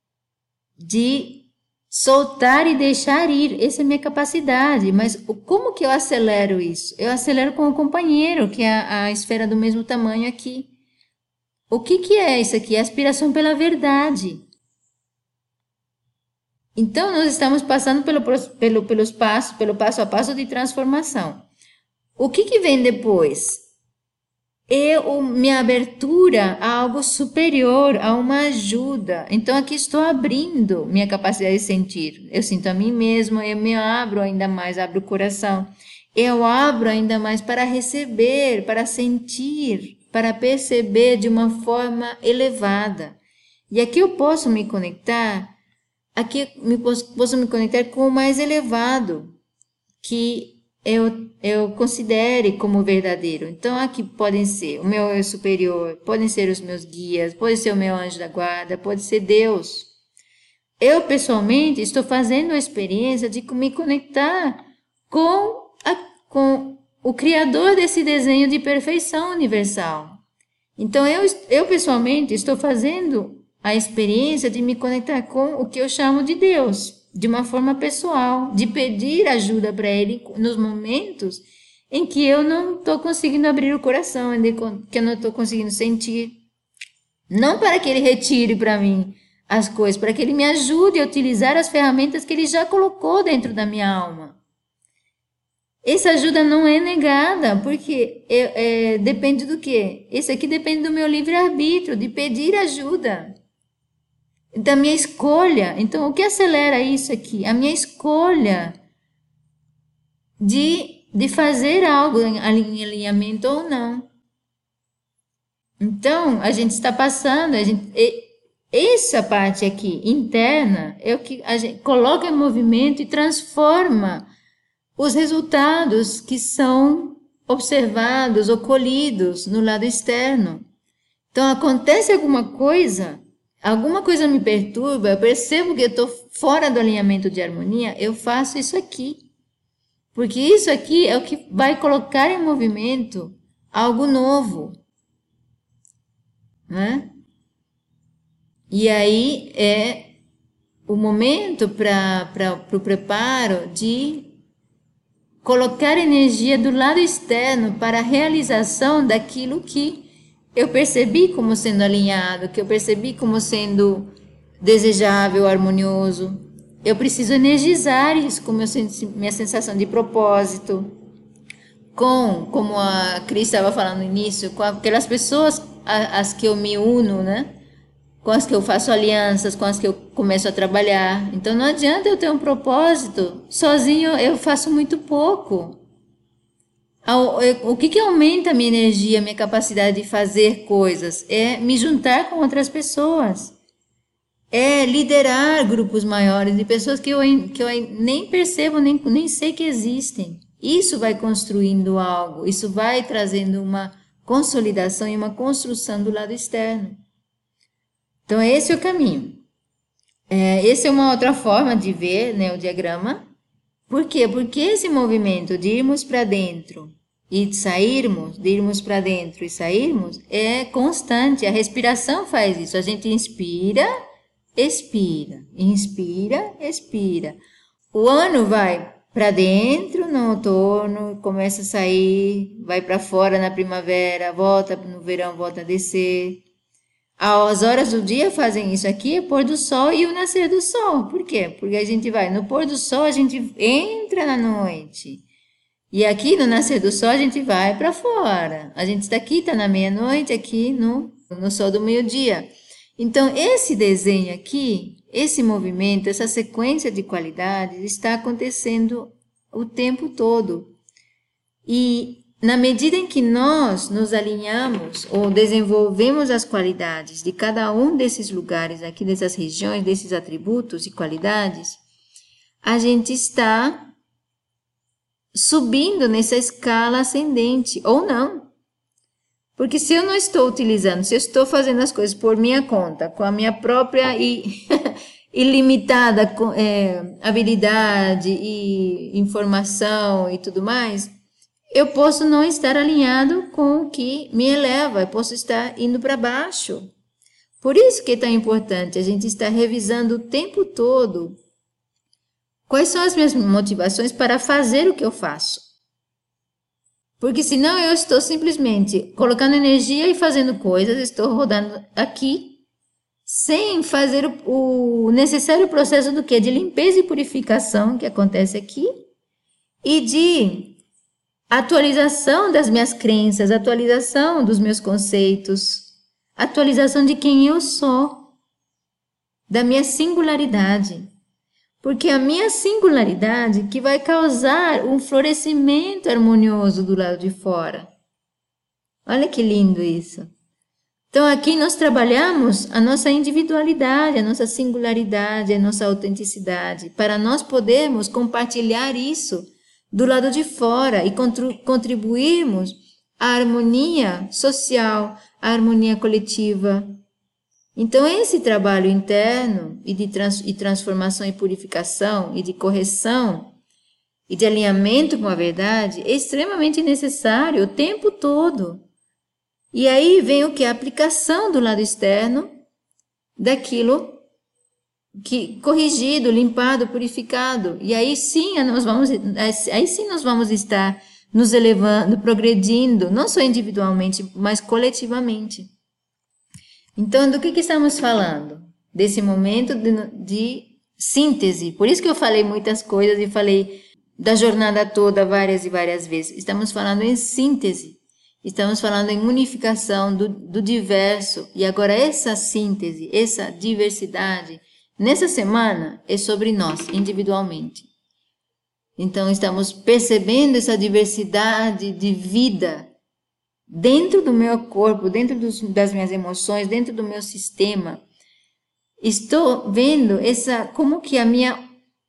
de soltar e deixar ir. Essa é a minha capacidade. Mas como que eu acelero isso? Eu acelero com o companheiro, que é a, a esfera do mesmo tamanho aqui. O que que é isso aqui? Aspiração pela verdade. Então, nós estamos passando pelo, pelo, pelos passos, pelo passo a passo de transformação. O que que vem depois? É a minha abertura a algo superior, a uma ajuda. Então, aqui estou abrindo minha capacidade de sentir. Eu sinto a mim mesmo, eu me abro ainda mais, abro o coração. Eu abro ainda mais para receber, para sentir, para perceber de uma forma elevada. E aqui eu posso me conectar, aqui me posso, posso me conectar com o mais elevado, que eu, eu considere como verdadeiro. Então, aqui podem ser o meu eu superior, podem ser os meus guias, pode ser o meu anjo da guarda, pode ser Deus. Eu, pessoalmente, estou fazendo a experiência de me conectar com, a, com o Criador desse desenho de perfeição universal. Então, eu, eu, pessoalmente, estou fazendo a experiência de me conectar com o que eu chamo de Deus, de uma forma pessoal, de pedir ajuda para Ele nos momentos em que eu não estou conseguindo abrir o coração, que eu não estou conseguindo sentir. Não para que Ele retire para mim as coisas, para que Ele me ajude a utilizar as ferramentas que Ele já colocou dentro da minha alma. Essa ajuda não é negada, porque é, é, depende do quê? Esse aqui depende do meu livre-arbítrio, de pedir ajuda, da minha escolha. Então, o que acelera isso aqui? A minha escolha de, de fazer algo em alinhamento ou não. Então, a gente está passando, a gente, essa parte aqui, interna, é o que a gente coloca em movimento e transforma os resultados que são observados ou colhidos no lado externo. Então, acontece alguma coisa, alguma coisa me perturba, eu percebo que eu estou fora do alinhamento de harmonia, eu faço isso aqui. Porque isso aqui é o que vai colocar em movimento algo novo. Né? E aí é o momento para o preparo de colocar energia do lado externo para a realização daquilo que eu percebi como sendo alinhado, que eu percebi como sendo desejável, harmonioso. Eu preciso energizar isso com meu, minha sensação de propósito, com, como a Cris estava falando no início, com aquelas pessoas as que eu me uno, né? Com as que eu faço alianças, com as que eu começo a trabalhar. Então, não adianta eu ter um propósito, sozinho eu faço muito pouco. O que que aumenta a minha energia, a minha capacidade de fazer coisas? É me juntar com outras pessoas. é liderar grupos maiores de pessoas que eu, que eu nem percebo, nem, nem sei que existem. Isso vai construindo algo, isso vai trazendo uma consolidação e uma construção do lado externo. Então, esse é o caminho. É, essa é uma outra forma de ver, né, o diagrama. Por quê? Porque esse movimento de irmos para dentro e de sairmos, de irmos para dentro e sairmos, é constante. A respiração faz isso. A gente inspira, expira, inspira, expira. O ano vai para dentro no outono, começa a sair, vai para fora na primavera, volta no verão, volta a descer. As horas do dia fazem isso aqui, é pôr do sol e o nascer do sol. Por quê? Porque a gente vai no pôr do sol, a gente entra na noite. E aqui no nascer do sol a gente vai para fora. A gente está aqui, está na meia-noite, aqui no, no sol do meio-dia. Então, esse desenho aqui, esse movimento, essa sequência de qualidades está acontecendo o tempo todo. E na medida em que nós nos alinhamos ou desenvolvemos as qualidades de cada um desses lugares aqui, dessas regiões, desses atributos e qualidades, a gente está subindo nessa escala ascendente, ou não. Porque se eu não estou utilizando, se eu estou fazendo as coisas por minha conta, com a minha própria e ilimitada é, habilidade e informação e tudo mais, eu posso não estar alinhado com o que me eleva, eu posso estar indo para baixo. Por isso que é tão importante a gente estar revisando o tempo todo quais são as minhas motivações para fazer o que eu faço. Porque senão eu estou simplesmente colocando energia e fazendo coisas, estou rodando aqui, sem fazer o, o necessário processo do quê? De limpeza e purificação que acontece aqui e de atualização das minhas crenças, atualização dos meus conceitos, atualização de quem eu sou, da minha singularidade. Porque a minha singularidade que vai causar um florescimento harmonioso do lado de fora. Olha que lindo isso. Então aqui nós trabalhamos a nossa individualidade, a nossa singularidade, a nossa autenticidade, para nós podermos compartilhar isso do lado de fora e contribuirmos à harmonia social, à harmonia coletiva. Então, esse trabalho interno e de trans, e transformação e purificação e de correção e de alinhamento com a verdade é extremamente necessário o tempo todo. E aí vem o que? A aplicação do lado externo daquilo que corrigido, limpado, purificado. E aí sim nós vamos, aí sim nós vamos estar nos elevando, progredindo, não só individualmente, mas coletivamente. Então, do que, que estamos falando? Desse momento de, de síntese. Por isso que eu falei muitas coisas e falei da jornada toda várias e várias vezes. Estamos falando em síntese. Estamos falando em unificação do, do diverso. E agora essa síntese, essa diversidade, nessa semana é sobre nós, individualmente. Então, estamos percebendo essa diversidade de vida dentro do meu corpo, dentro dos, das minhas emoções, dentro do meu sistema. Estou vendo essa, como que a minha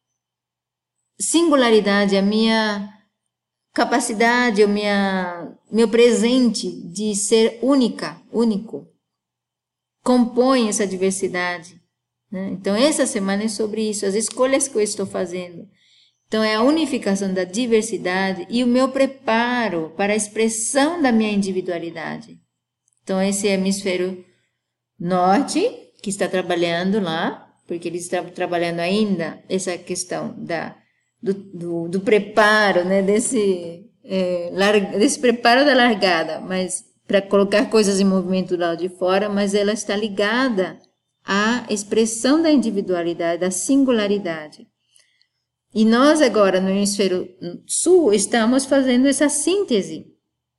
singularidade, a minha capacidade, o minha, meu presente de ser única, único, compõe essa diversidade. Né? Então, essa semana é sobre isso, as escolhas que eu estou fazendo. Então, é a unificação da diversidade e o meu preparo para a expressão da minha individualidade. Então, esse é o hemisfério norte, que está trabalhando lá, porque eles estão trabalhando ainda essa questão da, do, do, do preparo, né, desse, é, larga, desse preparo da largada, mas para colocar coisas em movimento do lado de fora, mas ela está ligada à expressão da individualidade, da singularidade. E nós agora, no hemisfério sul, estamos fazendo essa síntese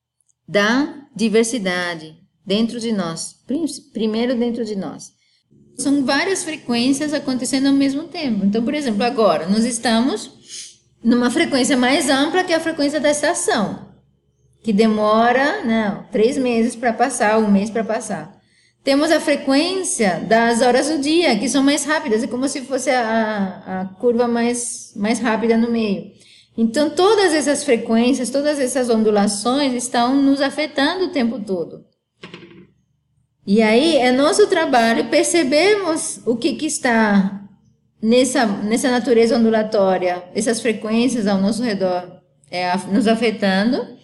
da diversidade dentro de nós, primeiro dentro de nós. São várias frequências acontecendo ao mesmo tempo. Então, por exemplo, agora nós estamos numa frequência mais ampla que a frequência da estação, que demora, não, três meses para passar, um mês para passar. Temos a frequência das horas do dia, que são mais rápidas, é como se fosse a, a curva mais, mais rápida no meio. Então, todas essas frequências, todas essas ondulações estão nos afetando o tempo todo. E aí, é nosso trabalho percebermos o que, que está nessa, nessa natureza ondulatória, essas frequências ao nosso redor, é, nos afetando.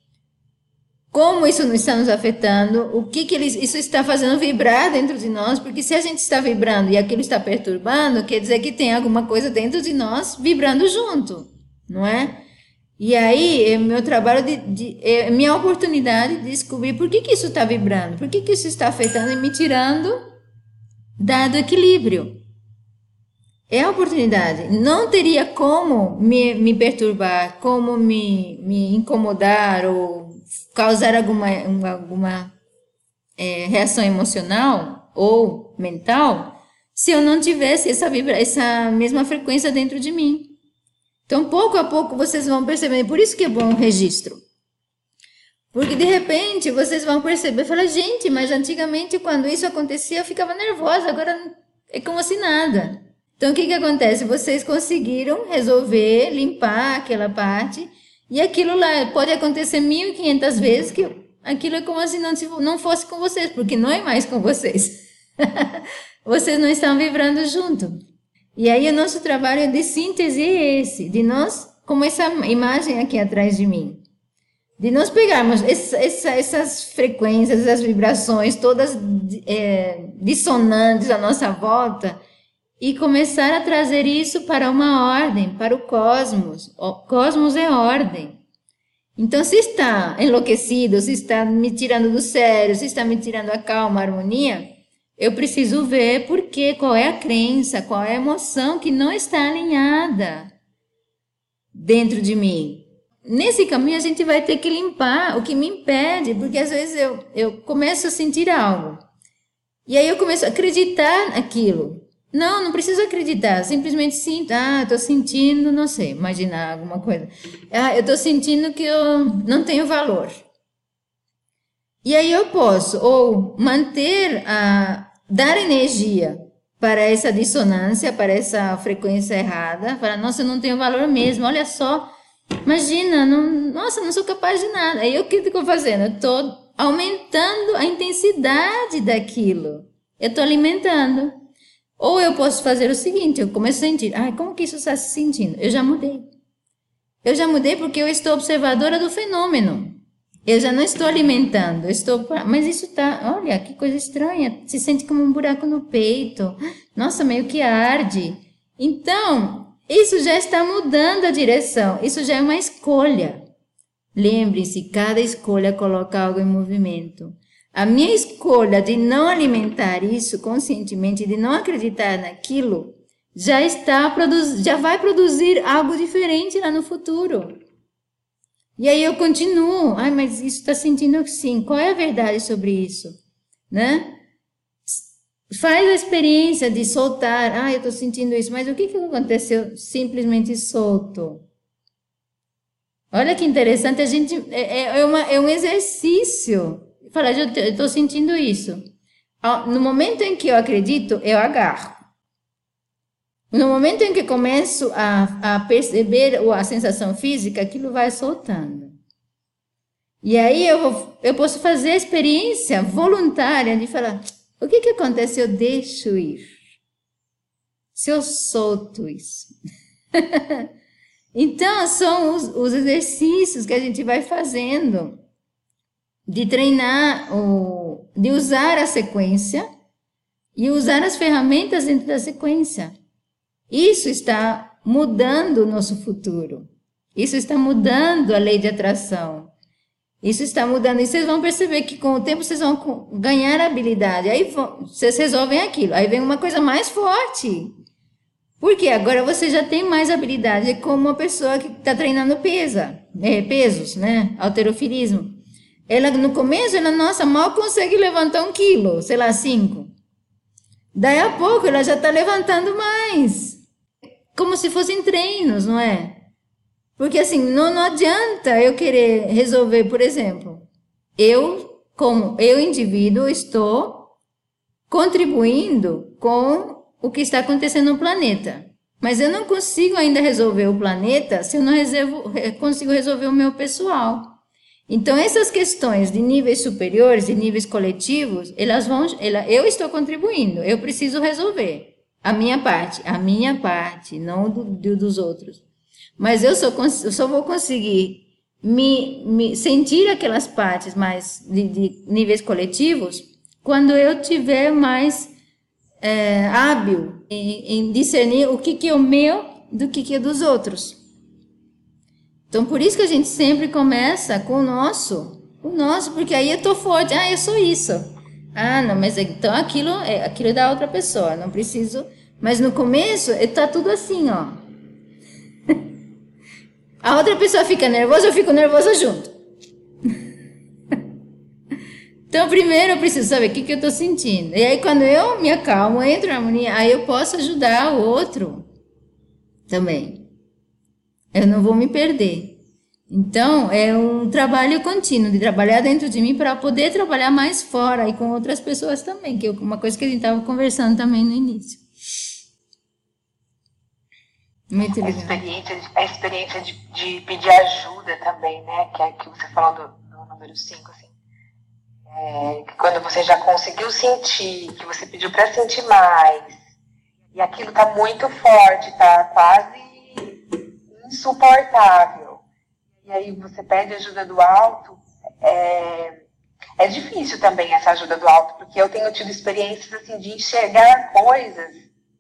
Como isso está nos afetando, o que, que eles, isso está fazendo vibrar dentro de nós, porque se a gente está vibrando e aquilo está perturbando, quer dizer que tem alguma coisa dentro de nós vibrando junto, não é? E aí, é meu trabalho, de, de, é minha oportunidade de descobrir por que, que isso está vibrando, por que, que isso está afetando e me tirando dado equilíbrio. É a oportunidade. Não teria como me, me perturbar, como me, me incomodar ou causar alguma, alguma é, reação emocional ou mental se eu não tivesse essa, vibra, essa mesma frequência dentro de mim. Então, pouco a pouco, vocês vão perceber. Por isso que é bom o registro. Porque, de repente, vocês vão perceber, falar, gente, mas antigamente, quando isso acontecia, eu ficava nervosa, agora é como se nada. Então, o que que acontece? Vocês conseguiram resolver, limpar aquela parte, e aquilo lá pode acontecer mil e quinhentas vezes, que aquilo é como se não, não fosse com vocês, porque não é mais com vocês. Vocês não estão vibrando junto. E aí, o nosso trabalho de síntese é esse, de nós, como essa imagem aqui atrás de mim, de nós pegarmos essa, essa, essas frequências, essas vibrações, todas é, dissonantes à nossa volta, e começar a trazer isso para uma ordem, para o cosmos. O cosmos é ordem. Então, se está enlouquecido, se está me tirando do sério, se está me tirando a calma, a harmonia, eu preciso ver por quê, qual é a crença, qual é a emoção que não está alinhada dentro de mim. Nesse caminho, a gente vai ter que limpar o que me impede, porque às vezes eu, eu começo a sentir algo. E aí eu começo a acreditar naquilo. Não, não preciso acreditar, simplesmente sinto, ah, estou sentindo, não sei, imaginar alguma coisa. Ah, eu estou sentindo que eu não tenho valor. E aí eu posso, ou manter, a, dar energia para essa dissonância, para essa frequência errada, falar, nossa, eu não tenho valor mesmo, olha só, imagina, não, nossa, não sou capaz de nada. Aí o que eu estou fazendo? Eu estou aumentando a intensidade daquilo, eu estou alimentando. Ou eu posso fazer o seguinte, eu começo a sentir, ah, como que isso está se sentindo? Eu já mudei. Eu já mudei porque eu estou observadora do fenômeno. Eu já não estou alimentando, eu estou, mas isso está, olha, que coisa estranha, se sente como um buraco no peito, nossa, meio que arde. Então, isso já está mudando a direção, isso já é uma escolha. Lembre-se, cada escolha coloca algo em movimento. A minha escolha de não alimentar isso conscientemente, de não acreditar naquilo, já está produz, já vai produzir algo diferente lá no futuro. E aí eu continuo, ai, mas isso está sentindo assim, qual é a verdade sobre isso? Né? Faz a experiência de soltar, ah, eu estou sentindo isso, mas o que, que aconteceu? Simplesmente solto. Olha que interessante, a gente, é, é, uma, é um exercício. Fala, eu estou sentindo isso. No momento em que eu acredito, eu agarro. No momento em que começo a, a perceber a sensação física, aquilo vai soltando. E aí eu, eu posso fazer a experiência voluntária de falar, o que, que acontece se eu deixo ir? Se eu solto isso? Então, são os, os exercícios que a gente vai fazendo de treinar, o, de usar a sequência e usar as ferramentas dentro da sequência. Isso está mudando o nosso futuro. Isso está mudando a lei de atração. Isso está mudando. E vocês vão perceber que com o tempo vocês vão ganhar habilidade. Aí vão, vocês resolvem aquilo. Aí vem uma coisa mais forte. Porque agora você já tem mais habilidade. É como uma pessoa que está treinando pesa, é, pesos, né? Halterofilismo. Ela, no começo, ela, nossa, mal consegue levantar um quilo, sei lá, cinco. Daí a pouco, ela já está levantando mais. Como se fossem treinos, não é? Porque, assim, não, não adianta eu querer resolver, por exemplo, eu, como eu, indivíduo, estou contribuindo com o que está acontecendo no planeta. Mas eu não consigo ainda resolver o planeta se eu não reservo, consigo resolver o meu pessoal. Então, essas questões de níveis superiores, de níveis coletivos, elas vão, ela, eu estou contribuindo, eu preciso resolver a minha parte, a minha parte, não do, do, dos outros. Mas eu só, eu só vou conseguir me, me sentir aquelas partes mais de, de níveis coletivos quando eu tiver mais é, hábil em, em discernir o que, que é o meu do que, que é dos outros. Então, por isso que a gente sempre começa com o nosso, o nosso, porque aí eu tô forte, ah, eu sou isso. Ah, não, mas então aquilo é, aquilo é da outra pessoa, não preciso. Mas no começo, está tudo assim, ó. A outra pessoa fica nervosa, eu fico nervosa junto. Então, primeiro eu preciso saber o que, que eu estou sentindo. E aí, quando eu me acalmo, entro na harmonia, aí eu posso ajudar o outro também. Eu não vou me perder. Então, é um trabalho contínuo, de trabalhar dentro de mim para poder trabalhar mais fora e com outras pessoas também, que é uma coisa que a gente estava conversando também no início. Muito a legal. experiência, a experiência de, de pedir ajuda também, né? Que é que você falou do, do número cinco, assim. É, que quando você já conseguiu sentir, que você pediu para sentir mais, e aquilo tá muito forte, tá quase insuportável, e aí você pede ajuda do alto, é, é difícil também essa ajuda do alto, porque eu tenho tido experiências assim, de enxergar coisas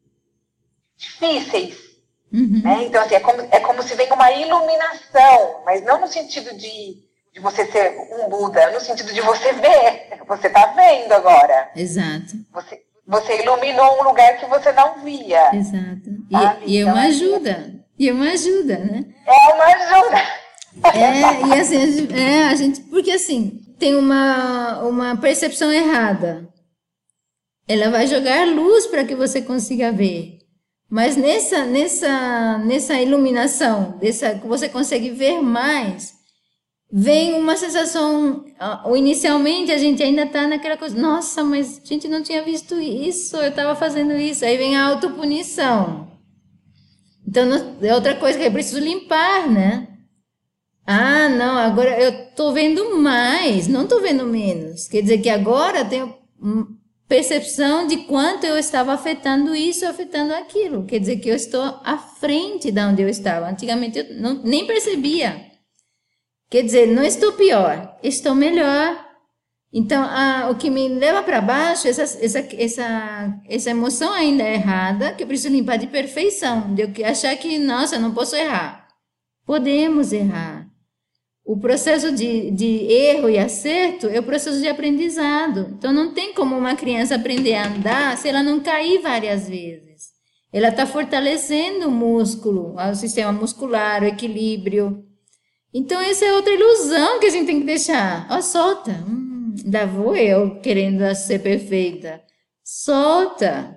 difíceis, uhum. né? Então assim, é como, é como se vem uma iluminação, mas não no sentido de de você ser um Buda, no sentido de você ver, você está vendo agora. Exato. Você, você iluminou um lugar que você não via. Exato. E, e é uma ajuda, e é uma ajuda, né? É uma ajuda. É, e assim, é, a gente, porque assim, tem uma, uma percepção errada. Ela vai jogar luz para que você consiga ver. Mas nessa, nessa, nessa iluminação, dessa, que você consegue ver mais, vem uma sensação, ou inicialmente a gente ainda está naquela coisa, nossa, mas a gente não tinha visto isso, eu estava fazendo isso, aí vem a autopunição. Então, é outra coisa que eu preciso limpar, né? Ah, não, agora eu estou vendo mais, não estou vendo menos. Quer dizer que agora eu tenho percepção de quanto eu estava afetando isso, afetando aquilo. Quer dizer que eu estou à frente de onde eu estava. Antigamente eu não, nem percebia. Quer dizer, não estou pior, estou melhor. Então, a, o que me leva para baixo, essa, essa, essa, essa emoção ainda é errada, que eu preciso limpar de perfeição, de eu achar que, nossa, eu não posso errar. Podemos errar. O processo de, de erro e acerto é o processo de aprendizado. Então, não tem como uma criança aprender a andar se ela não cair várias vezes. Ela está fortalecendo o músculo, o sistema muscular, o equilíbrio. Então, essa é outra ilusão que a gente tem que deixar. Ó, solta. Hum, ainda vou eu querendo ser perfeita. Solta.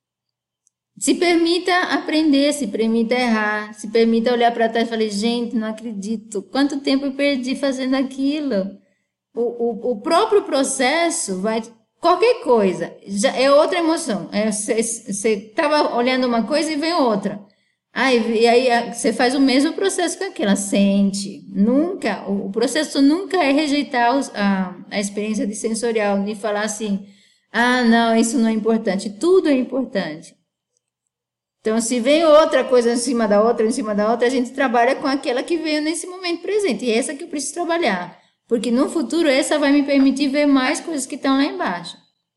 Se permita aprender, se permita errar, se permita olhar para trás e falar, gente, não acredito. Quanto tempo eu perdi fazendo aquilo? O, o, o próprio processo vai... Qualquer coisa. Já é outra emoção. Você estava olhando uma coisa e vem outra. Ah, e aí você faz o mesmo processo com aquela, sente, nunca, o processo nunca é rejeitar a, a experiência de sensorial, de falar assim, ah, não, isso não é importante, tudo é importante. Então, se vem outra coisa em cima da outra, em cima da outra, a gente trabalha com aquela que veio nesse momento presente, e é essa que eu preciso trabalhar, porque no futuro essa vai me permitir ver mais coisas que estão lá embaixo.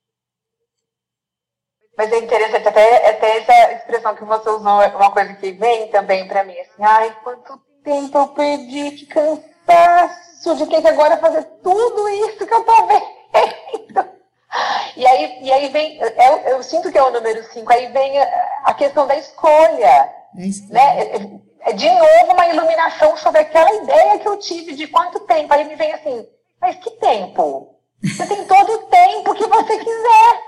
Mas é interessante, até, até essa expressão que você usou, uma coisa que vem também pra mim, assim, ai, quanto tempo eu perdi, que cansaço de ter que agora fazer tudo isso que eu tô vendo. E aí, e aí vem, eu, eu sinto que é o número cinco, aí vem a, a questão da escolha, né? É de novo uma iluminação sobre aquela ideia que eu tive de quanto tempo, aí me vem assim, mas que tempo? Você tem todo o tempo que você quiser.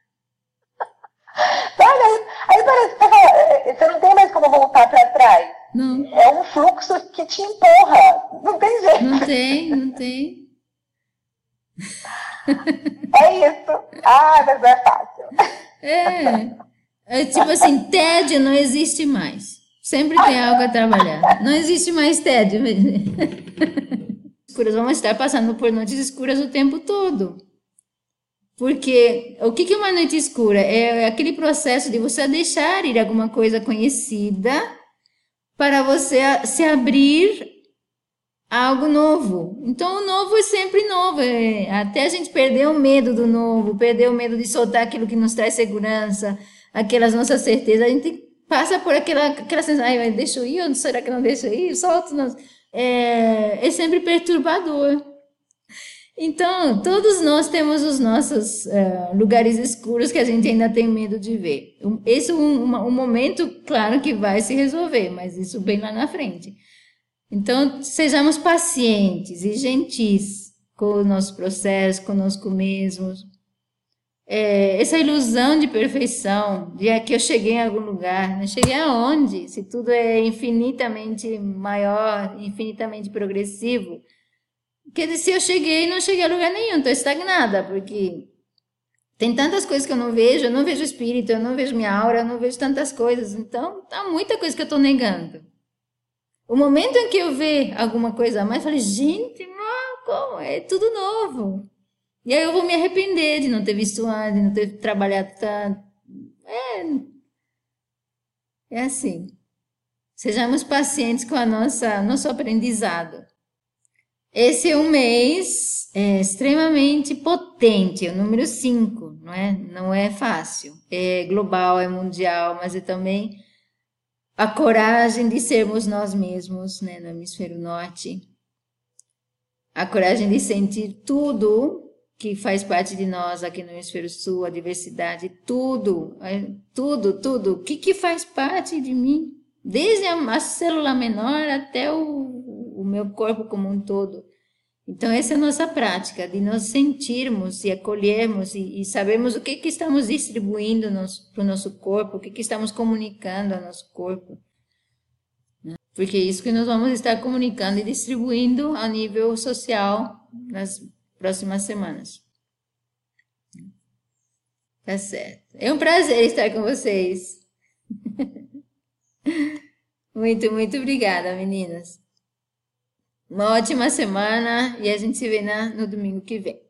Aí, aí parece que você, fala, você não tem mais como voltar para trás. Não. É um fluxo que te empurra. Não tem jeito. Não tem, não tem. É isso. Ah, mas é fácil. É, é tipo assim, tédio não existe mais. Sempre tem algo a trabalhar. Não existe mais tédio. Escuras, vamos estar passando por noites escuras o tempo todo. Porque o que é uma noite escura? É aquele processo de você deixar ir alguma coisa conhecida para você se abrir a algo novo. Então, o novo é sempre novo. É, até a gente perder o medo do novo, perder o medo de soltar aquilo que nos traz segurança, aquelas nossas certezas, a gente passa por aquela, aquela sensação, ai, deixa eu ir, ou será que não deixa eu ir? Solto. Não. É, é sempre perturbador. Então, todos nós temos os nossos uh, lugares escuros que a gente ainda tem medo de ver. Esse é um, um, um momento, claro, que vai se resolver, mas isso bem lá na frente. Então, sejamos pacientes e gentis com o nosso processo, conosco mesmos. É, essa ilusão de perfeição, de que eu cheguei em algum lugar, né? Cheguei aonde? Se tudo é infinitamente maior, infinitamente progressivo. Quer dizer, se eu cheguei, não cheguei a lugar nenhum, estou estagnada, porque tem tantas coisas que eu não vejo, eu não vejo espírito, eu não vejo minha aura, eu não vejo tantas coisas, então há muita coisa que eu estou negando. O momento em que eu ver alguma coisa a mais, eu falei, gente, mas como? É tudo novo. E aí eu vou me arrepender de não ter visto antes, de não ter trabalhado tanto. É, é assim. Sejamos pacientes com a nossa nosso aprendizado. Esse é um mês é, extremamente potente, é o número cinco, não é? Não é fácil. É global, é mundial, mas é também a coragem de sermos nós mesmos, né, no hemisfério norte. A coragem de sentir tudo que faz parte de nós aqui no hemisfério sul, a diversidade, tudo, tudo, tudo. O que, que faz parte de mim? Desde a célula menor até o, o meu corpo como um todo. Então, essa é a nossa prática, de nos sentirmos e acolhermos e, e sabermos o que, que estamos distribuindo para o nosso corpo, o que, que estamos comunicando ao nosso corpo. Né? Porque é isso que nós vamos estar comunicando e distribuindo a nível social nas próximas semanas. Tá certo. É um prazer estar com vocês. Muito, muito obrigada, meninas. Uma ótima semana e a gente se vê na, no domingo que vem.